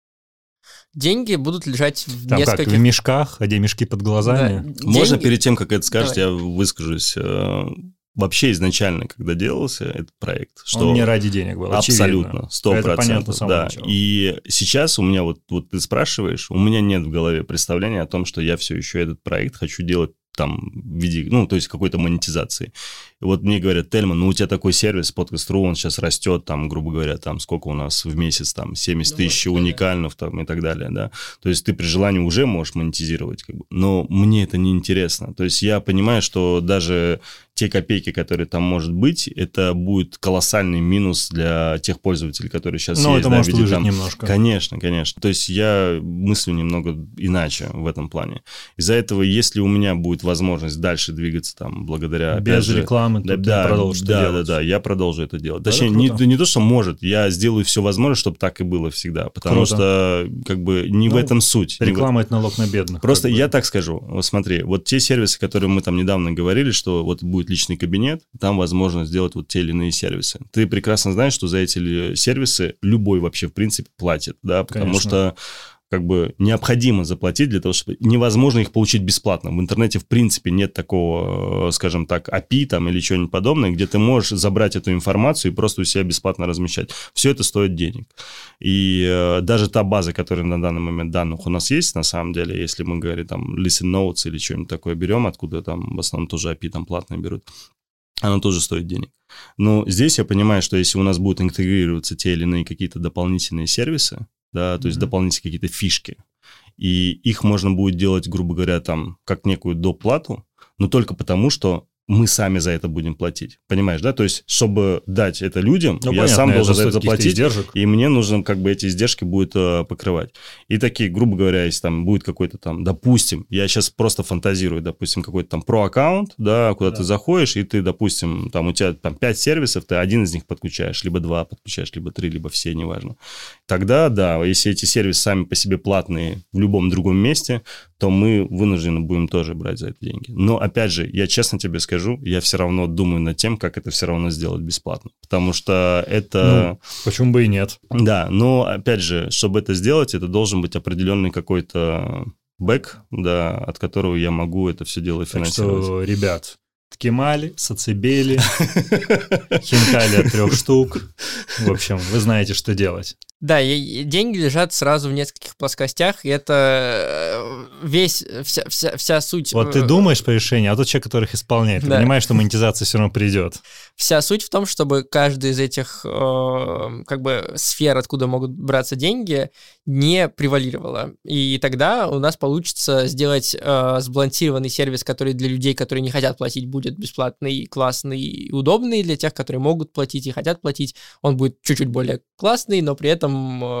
Деньги будут лежать в
Там
нескольких...
как, в мешках, а где мешки под глазами?
Да.
Можно
Деньги...
перед тем, как это скажешь,
Давай.
я выскажусь. Вообще изначально, когда делался этот проект, что...
Он не ради денег был,
абсолютно, сто процентов.
Это понятно с самого
да.
начала.
И сейчас у меня, вот, вот ты спрашиваешь, у меня нет в голове представления о том, что я все еще этот проект хочу делать там в виде, ну, то есть какой-то монетизации. И вот мне говорят, Тельман, ну, у тебя такой сервис, подкаст.ру, он сейчас растет, там, грубо говоря, там, сколько у нас в месяц, там, семьдесят тысяч уникальных, там, и так далее, да. То есть ты при желании уже можешь монетизировать, как бы. Но мне это не интересно. То есть я понимаю, что даже те копейки, которые там может быть, это будет колоссальный минус для тех пользователей, которые сейчас
Но
есть.
это
да,
может выжить
там...
немножко.
Конечно, конечно. То есть я мыслю немного иначе в этом плане. Из-за этого, если у меня будет возможность дальше двигаться там благодаря...
Без
же,
рекламы
да,
ты
да,
продолжишь
да,
это делать.
Да, да, я продолжу это делать.
Да,
Точнее, не, не то, что может, я сделаю все возможное, чтобы так и было всегда. Потому
круто.
Что как бы не ну, в этом суть.
Реклама –
в...
это налог на бедных.
Просто я так скажу. Вот смотри, вот те сервисы, которые мы там недавно говорили, что вот будет личный кабинет, там возможно сделать вот те или иные сервисы. Ты прекрасно знаешь, что за эти сервисы любой вообще в принципе платит, да, потому
Конечно.
Что как бы необходимо заплатить для того, чтобы... Невозможно их получить бесплатно. В интернете, в принципе, нет такого, скажем так, эй пи ай там или чего-нибудь подобное, где ты можешь забрать эту информацию и просто у себя бесплатно размещать. Все это стоит денег. И э, даже та база, которая на данный момент данных у нас есть, на самом деле, если мы говорим там Listen Notes или что-нибудь такое берем, откуда там в основном тоже эй пи ай там платные берут, оно тоже стоит денег. Но здесь я понимаю, что если у нас будут интегрироваться те или иные какие-то дополнительные сервисы, да, то есть mm-hmm. дополнительные какие-то фишки, и их можно будет делать, грубо говоря, там, как некую доплату, но только потому, что мы сами за это будем платить. Понимаешь, да? То есть, чтобы дать это людям,
ну,
я
понятно,
сам должен
за
это заплатить,
издержек.
И мне нужно как бы эти издержки будет э, покрывать. И такие, грубо говоря, если там будет какой-то там, допустим, я сейчас просто фантазирую, допустим, какой-то там про-аккаунт, да, куда да. ты заходишь, и ты, допустим, там у тебя там пять сервисов, ты один из них подключаешь, либо два подключаешь, либо три, либо все, неважно. Тогда, да, если эти сервисы сами по себе платные в любом другом месте, то мы вынуждены будем тоже брать за это деньги. Но, опять же, я честно тебе скажу, я все равно думаю над тем, как это все равно сделать бесплатно. Потому что это...
Ну, почему бы и нет?
Да, но, опять же, чтобы это сделать, это должен быть определенный какой-то бэк, да, от которого я могу это все дело финансировать.
Так что, ребят, ткемали, сацебели, хинкали от трех штук. В общем, вы знаете, что делать.
Да, и деньги лежат сразу в нескольких плоскостях, и это весь, вся, вся, вся суть...
Вот ты думаешь по решению, а тот человек, который их исполняет, ты да. понимаешь, что монетизация все равно придет.
Вся суть в том, чтобы каждый из этих э, как бы сфер, откуда могут браться деньги, не превалировала. И тогда у нас получится сделать э, сбалансированный сервис, который для людей, которые не хотят платить, будет бесплатный, классный и удобный. Для тех, которые могут платить и хотят платить, он будет чуть-чуть более классный, но при этом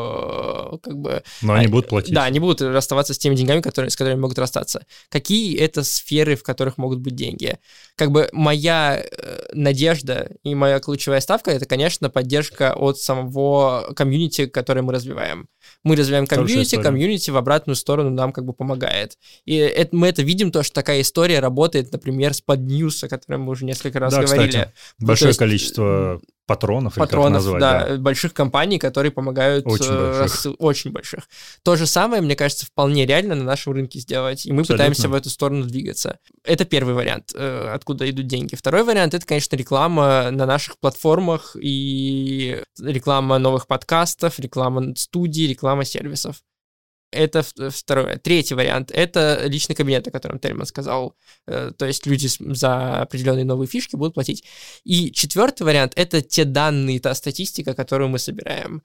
э, как бы...
Но они будут платить.
Да, они будут расставаться с теми деньгами, которые, с которыми могут расстаться. Какие это сферы, в которых могут быть деньги? Как бы моя э, надежда и моя ключевая ставка — это, конечно, поддержка от самого комьюнити, которое мы развиваем. Мы развиваем комьюнити, комьюнити в обратную сторону нам как бы помогает. И это, мы это видим, то, что такая история работает, например, с PodNews, о котором мы уже несколько раз
да,
говорили.
Кстати, большое есть, количество патронов,
патронов,
или как назвать,
да,
да,
больших компаний, которые помогают...
Очень больших.
Рассыл... Очень больших. То же самое, мне кажется, вполне реально на нашем рынке сделать, и мы
Абсолютно.
пытаемся в эту сторону двигаться. Это первый вариант, откуда идут деньги. Второй вариант — это, конечно, реклама на наших платформах и реклама новых подкастов, реклама студий, реклама сервисов. Это второй. Третий вариант — это личный кабинет, о котором Тельман сказал. То есть люди за определенные новые фишки будут платить. И четвертый вариант — это те данные, та статистика, которую мы собираем.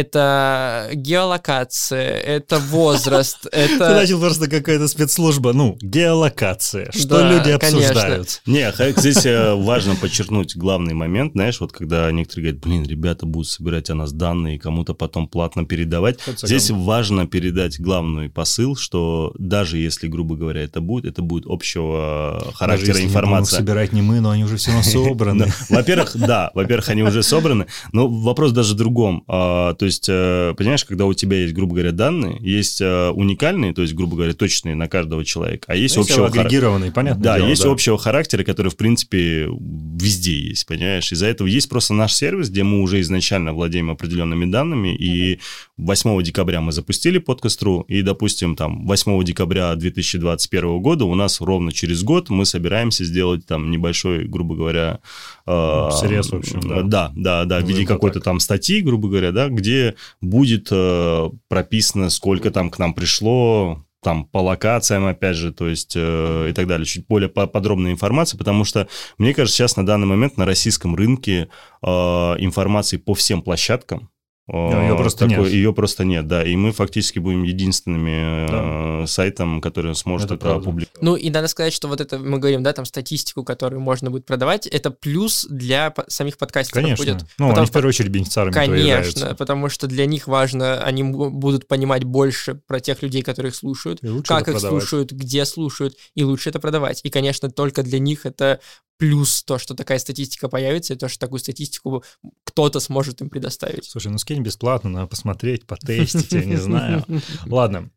Это геолокация, это возраст, это...
Ты начал просто какая-то спецслужба. Ну, геолокация. Что люди обсуждают?
Не, здесь важно подчеркнуть главный момент, знаешь, вот когда некоторые говорят, блин, ребята будут собирать о нас данные, кому-то потом платно передавать. Здесь важно передать главный посыл, что даже если, грубо говоря, это будет, это будет общего характера
даже если
информация.
Не собирать не мы, но они уже все равно собраны.
Во-первых, да, во-первых, они уже собраны, но вопрос даже в другом. То есть, понимаешь, когда у тебя есть, грубо говоря, данные, есть уникальные, то есть, грубо говоря, точные на каждого человека, а есть общего характера.
Агрегированные, понятно.
Да, есть общего характера, который, в принципе, везде есть, понимаешь? Из-за этого есть просто наш сервис, где мы уже изначально владеем определенными данными, и восьмого декабря мы запустили подкаст.ру, и, допустим, там, восьмого декабря две тысячи двадцать первого года у нас ровно через год мы собираемся сделать там небольшой, грубо говоря...
Э, срез, в общем, да.
Да, да, да, в виде какой-то там статьи, грубо говоря, да, где будет э, прописано, сколько там к нам пришло, там, по локациям, опять же, то есть, э, и так далее, чуть более подробная информация, потому что, мне кажется, сейчас на данный момент на российском рынке э, информации по всем площадкам,
ее просто
такой,
нет.
Ее просто нет, да. И мы фактически будем единственными да. э, сайтом, который сможет это, это опубликовать.
Ну, и надо сказать, что вот это, мы говорим, да, там, статистику, которую можно будет продавать, это плюс для самих подкастеров.
Конечно.
Будет.
Ну, потому, они в первую очередь бенефициарами
Конечно, потому что для них важно, они будут понимать больше про тех людей, которые их слушают, как их продавать. слушают, где слушают, и лучше это продавать. И, конечно, только для них это плюс то, что такая статистика появится, и то, что такую статистику кто-то сможет им предоставить.
Слушай, ну скинь бесплатно, надо посмотреть, потестить, я не знаю. Ладно.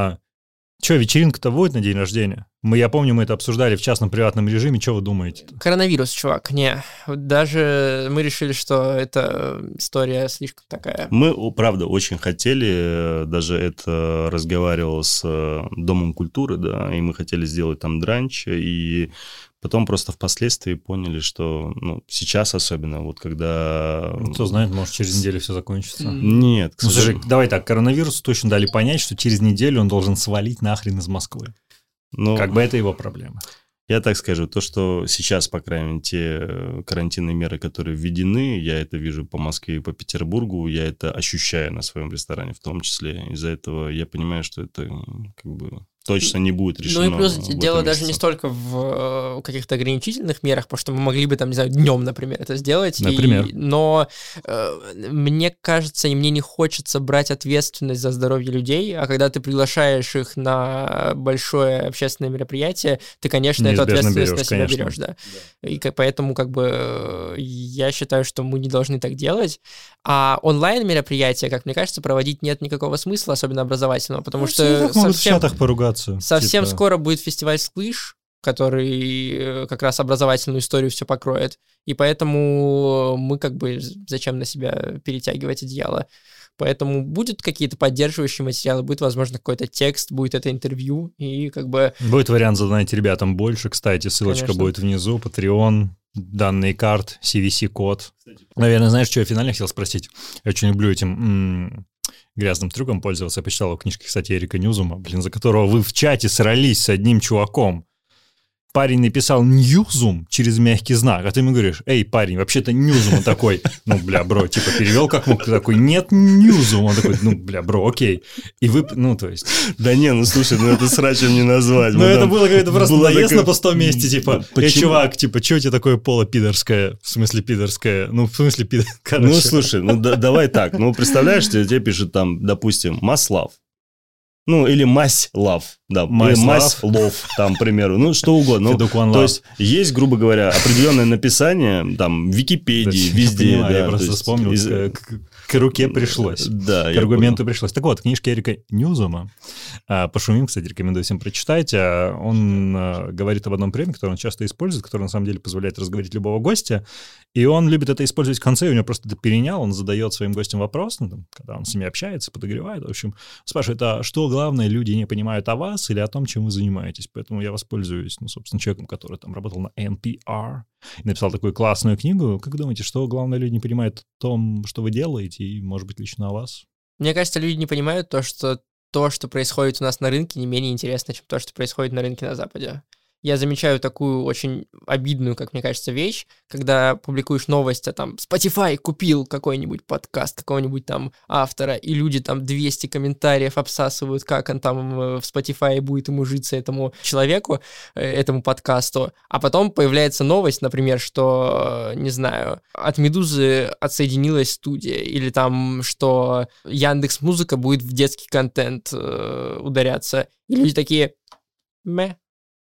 Че, вечеринка-то будет на день рождения? Мы, я помню, мы это обсуждали в частном приватном режиме. Что вы думаете?
Коронавирус, чувак, не. Даже мы решили, что эта история слишком такая.
Мы, правда, очень хотели, даже это разговаривал с Домом культуры, да, и мы хотели сделать там дранч, и потом просто впоследствии поняли, что, ну, сейчас особенно, вот когда...
Кто знает, может, через неделю все закончится.
Нет, к
ну, слушай, давай так, коронавирусу точно дали понять, что через неделю он должен свалить нахрен из Москвы. Ну, как бы это его проблема.
Я так скажу, то, что сейчас, по крайней мере, те карантинные меры, которые введены, я это вижу по Москве и по Петербургу, я это ощущаю на своем ресторане в том числе. Из-за этого я понимаю, что это как бы... точно не будет решено.
Ну и плюс дело даже не столько в каких-то ограничительных мерах, потому что мы могли бы там, не знаю, днем, например, это сделать.
Например.
И, но э, мне кажется, и мне не хочется брать ответственность за здоровье людей, а когда ты приглашаешь их на большое общественное мероприятие, ты, конечно, эту ответственность берешь, на себя конечно. берешь, да. да. И как, поэтому как бы я считаю, что мы не должны так делать. А онлайн-мероприятия, как мне кажется, проводить нет никакого смысла, особенно образовательного, потому ну, что
совсем, в чатах поругаться.
Совсем
типа...
скоро будет фестиваль Squish, который как раз образовательную историю все покроет, и поэтому мы как бы зачем на себя перетягивать одеяло. Поэтому будут какие-то поддерживающие материалы, будет, возможно, какой-то текст, будет это интервью, и как бы...
Будет вариант задонать ребятам больше, кстати, ссылочка Конечно. будет внизу, Patreon, данные карт, си ви си-код. Наверное, знаешь, что я финально хотел спросить? Я очень люблю этим м- грязным трюком пользоваться. Я почитал у книжки, кстати, Эрика Ньюзума, блин, за которого вы в чате срались с одним чуваком. Парень написал «Ньюзум» через мягкий знак, а ты ему говоришь: «Эй, парень, вообще-то Ньюзум». Он такой: «Ну, бля, бро», типа перевел как мог, ты такой: «Нет, Ньюзум». Он такой: «Ну, бля, бро, окей». И вы, ну, то есть...
Да не, ну, слушай, ну это срачем не назвать.
Ну, это было какое-то просто наезд на пустом месте, типа: «Эй, чувак, типа, что у тебя такое поло пидорское?» В смысле пидорское? Ну, в смысле пидорское?
Ну, слушай, ну, давай так, ну, представляешь, тебе пишут там, допустим, Маслав. Ну, или мась лав, да,
мась
или мась лов, там, к примеру, ну, что угодно. Ну, то есть, есть, грубо говоря, определенное написание, там, в Википедии,
да,
везде.
Я, понимаю,
да,
я просто
есть,
вспомнил, из... к, к руке пришлось,
да,
к аргументу понял. пришлось. Так вот, книжка Эрика Ньюзума, «Пошумим», кстати, рекомендую всем прочитать. Он говорит об одном приеме, который он часто использует, который, на самом деле, позволяет разговорить любого гостя, и он любит это использовать в конце, и у него просто это перенял, он задает своим гостям вопрос, ну, там, когда он с ними общается, подогревает, в общем, спрашивает: а что главное люди не понимают о вас или о том, чем вы занимаетесь? Поэтому я воспользуюсь, ну, собственно, человеком, который там работал на эн пи ар и написал такую классную книгу. Как думаете, что главное люди не понимают о том, что вы делаете, и, может быть, лично о вас?
Мне кажется, люди не понимают то, что то, что происходит у нас на рынке, не менее интересно, чем то, что происходит на рынке на Западе. Я замечаю такую очень обидную, как мне кажется, вещь, когда публикуешь новость, а там Spotify купил какой-нибудь подкаст какого-нибудь там автора, и люди там двести комментариев обсасывают, как он там в Spotify будет ему житься, этому человеку, этому подкасту. А потом появляется новость, например, что, не знаю, от Медузы отсоединилась студия, или там, что Яндекс.Музыка будет в детский контент э, ударяться. И люди такие: мэ.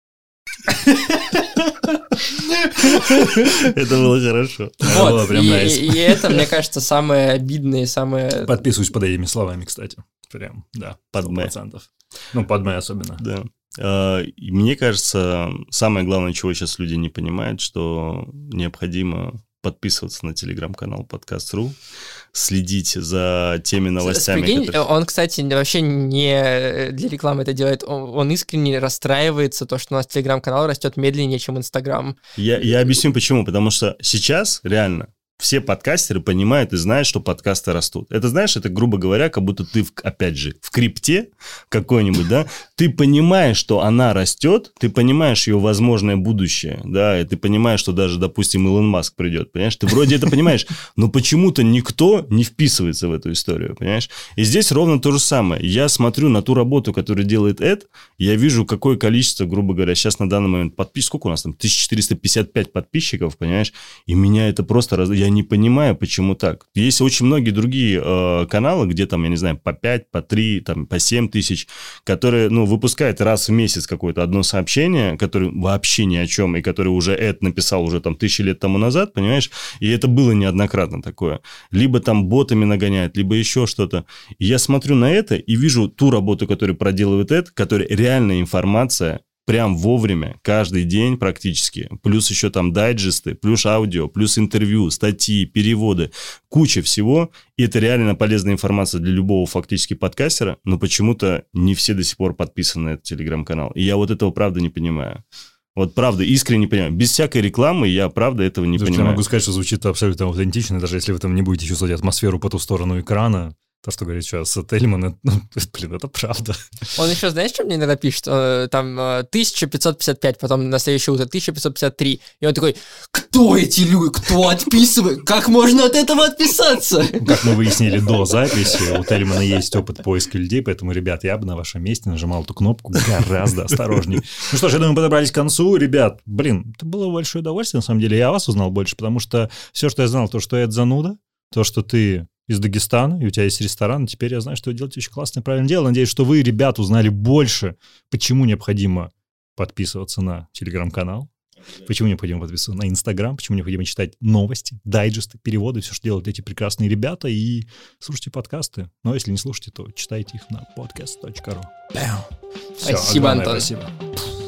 Это было хорошо.
Вот, прям и, nice. и, и это, мне кажется, самое обидное, самое...
Подписываюсь под этими словами, кстати. Прям, да, под сто процентов. Ну, под мэ особенно.
Да. И мне кажется, самое главное, чего сейчас люди не понимают, что необходимо подписываться на телеграм-канал подкаст точка ру, следить за теми новостями,
Прикинь,
которые...
Он, кстати, вообще не для рекламы это делает, он, он искренне расстраивается, то, что у нас телеграм-канал растет медленнее, чем Инстаграм.
Я, я объясню, почему. Потому что сейчас, реально, все подкастеры понимают и знают, что подкасты растут. Это, знаешь, это, грубо говоря, как будто ты, в, опять же, в крипте какой-нибудь, да, ты понимаешь, что она растет, ты понимаешь ее возможное будущее, да, и ты понимаешь, что даже, допустим, Илон Маск придет, понимаешь, ты вроде это понимаешь, но почему-то никто не вписывается в эту историю, понимаешь, и здесь ровно то же самое. Я смотрю на ту работу, которую делает Эд, я вижу, какое количество, грубо говоря, сейчас на данный момент подписчиков, сколько у нас там, тысяча четыреста пятьдесят пять подписчиков, понимаешь, и меня это просто, раз... я не понимаю, почему так. Есть очень многие другие э, каналы, где там, я не знаю, по пять, по три, там, по семь тысяч, которые, ну, выпускают раз в месяц какое-то одно сообщение, которое вообще ни о чем, и которое уже Эд написал уже там тысячи лет тому назад, понимаешь, и это было неоднократно такое. Либо там ботами нагоняют, либо еще что-то. И я смотрю на это и вижу ту работу, которую проделывает Эд, которая реальная информация, прям вовремя, каждый день практически, плюс еще там дайджесты, плюс аудио, плюс интервью, статьи, переводы, куча всего, и это реально полезная информация для любого фактически подкастера, но почему-то не все до сих пор подписаны на этот телеграм-канал, и я вот этого правда не понимаю. Вот правда, искренне не понимаю. Без всякой рекламы я правда этого не
Слушайте,
понимаю.
Я могу сказать, что звучит абсолютно аутентично, даже если вы там не будете чувствовать атмосферу по ту сторону экрана. То, что говорит сейчас Тельман, ну, блин, это правда.
Он еще, знаешь, что мне иногда пишет? Там тысяча пятьсот пятьдесят пять, потом на следующее утро тысяча пятьсот пятьдесят три. И он такой, кто эти люди, кто отписывает? Как можно от этого отписаться?
Как мы выяснили до записи, у Тельмана есть опыт поиска людей, поэтому, ребят, я бы на вашем месте нажимал эту кнопку гораздо осторожнее. Ну что ж, я думаю, подобрались к концу. Ребят, блин, это было большое удовольствие, на самом деле. Я вас узнал больше, потому что все, что я знал, то, что это зануда, то, что ты из Дагестана, и у тебя есть ресторан, теперь я знаю, что вы делаете очень классное, правильное дело. Надеюсь, что вы, ребята, узнали больше, почему необходимо подписываться на телеграм-канал, почему необходимо подписываться на Инстаграм, почему необходимо читать новости, дайджесты, переводы, все, что делают эти прекрасные ребята, и слушайте подкасты. Но если не слушаете, то читайте их на podcast точка ру.
Спасибо, Антон.
Спасибо.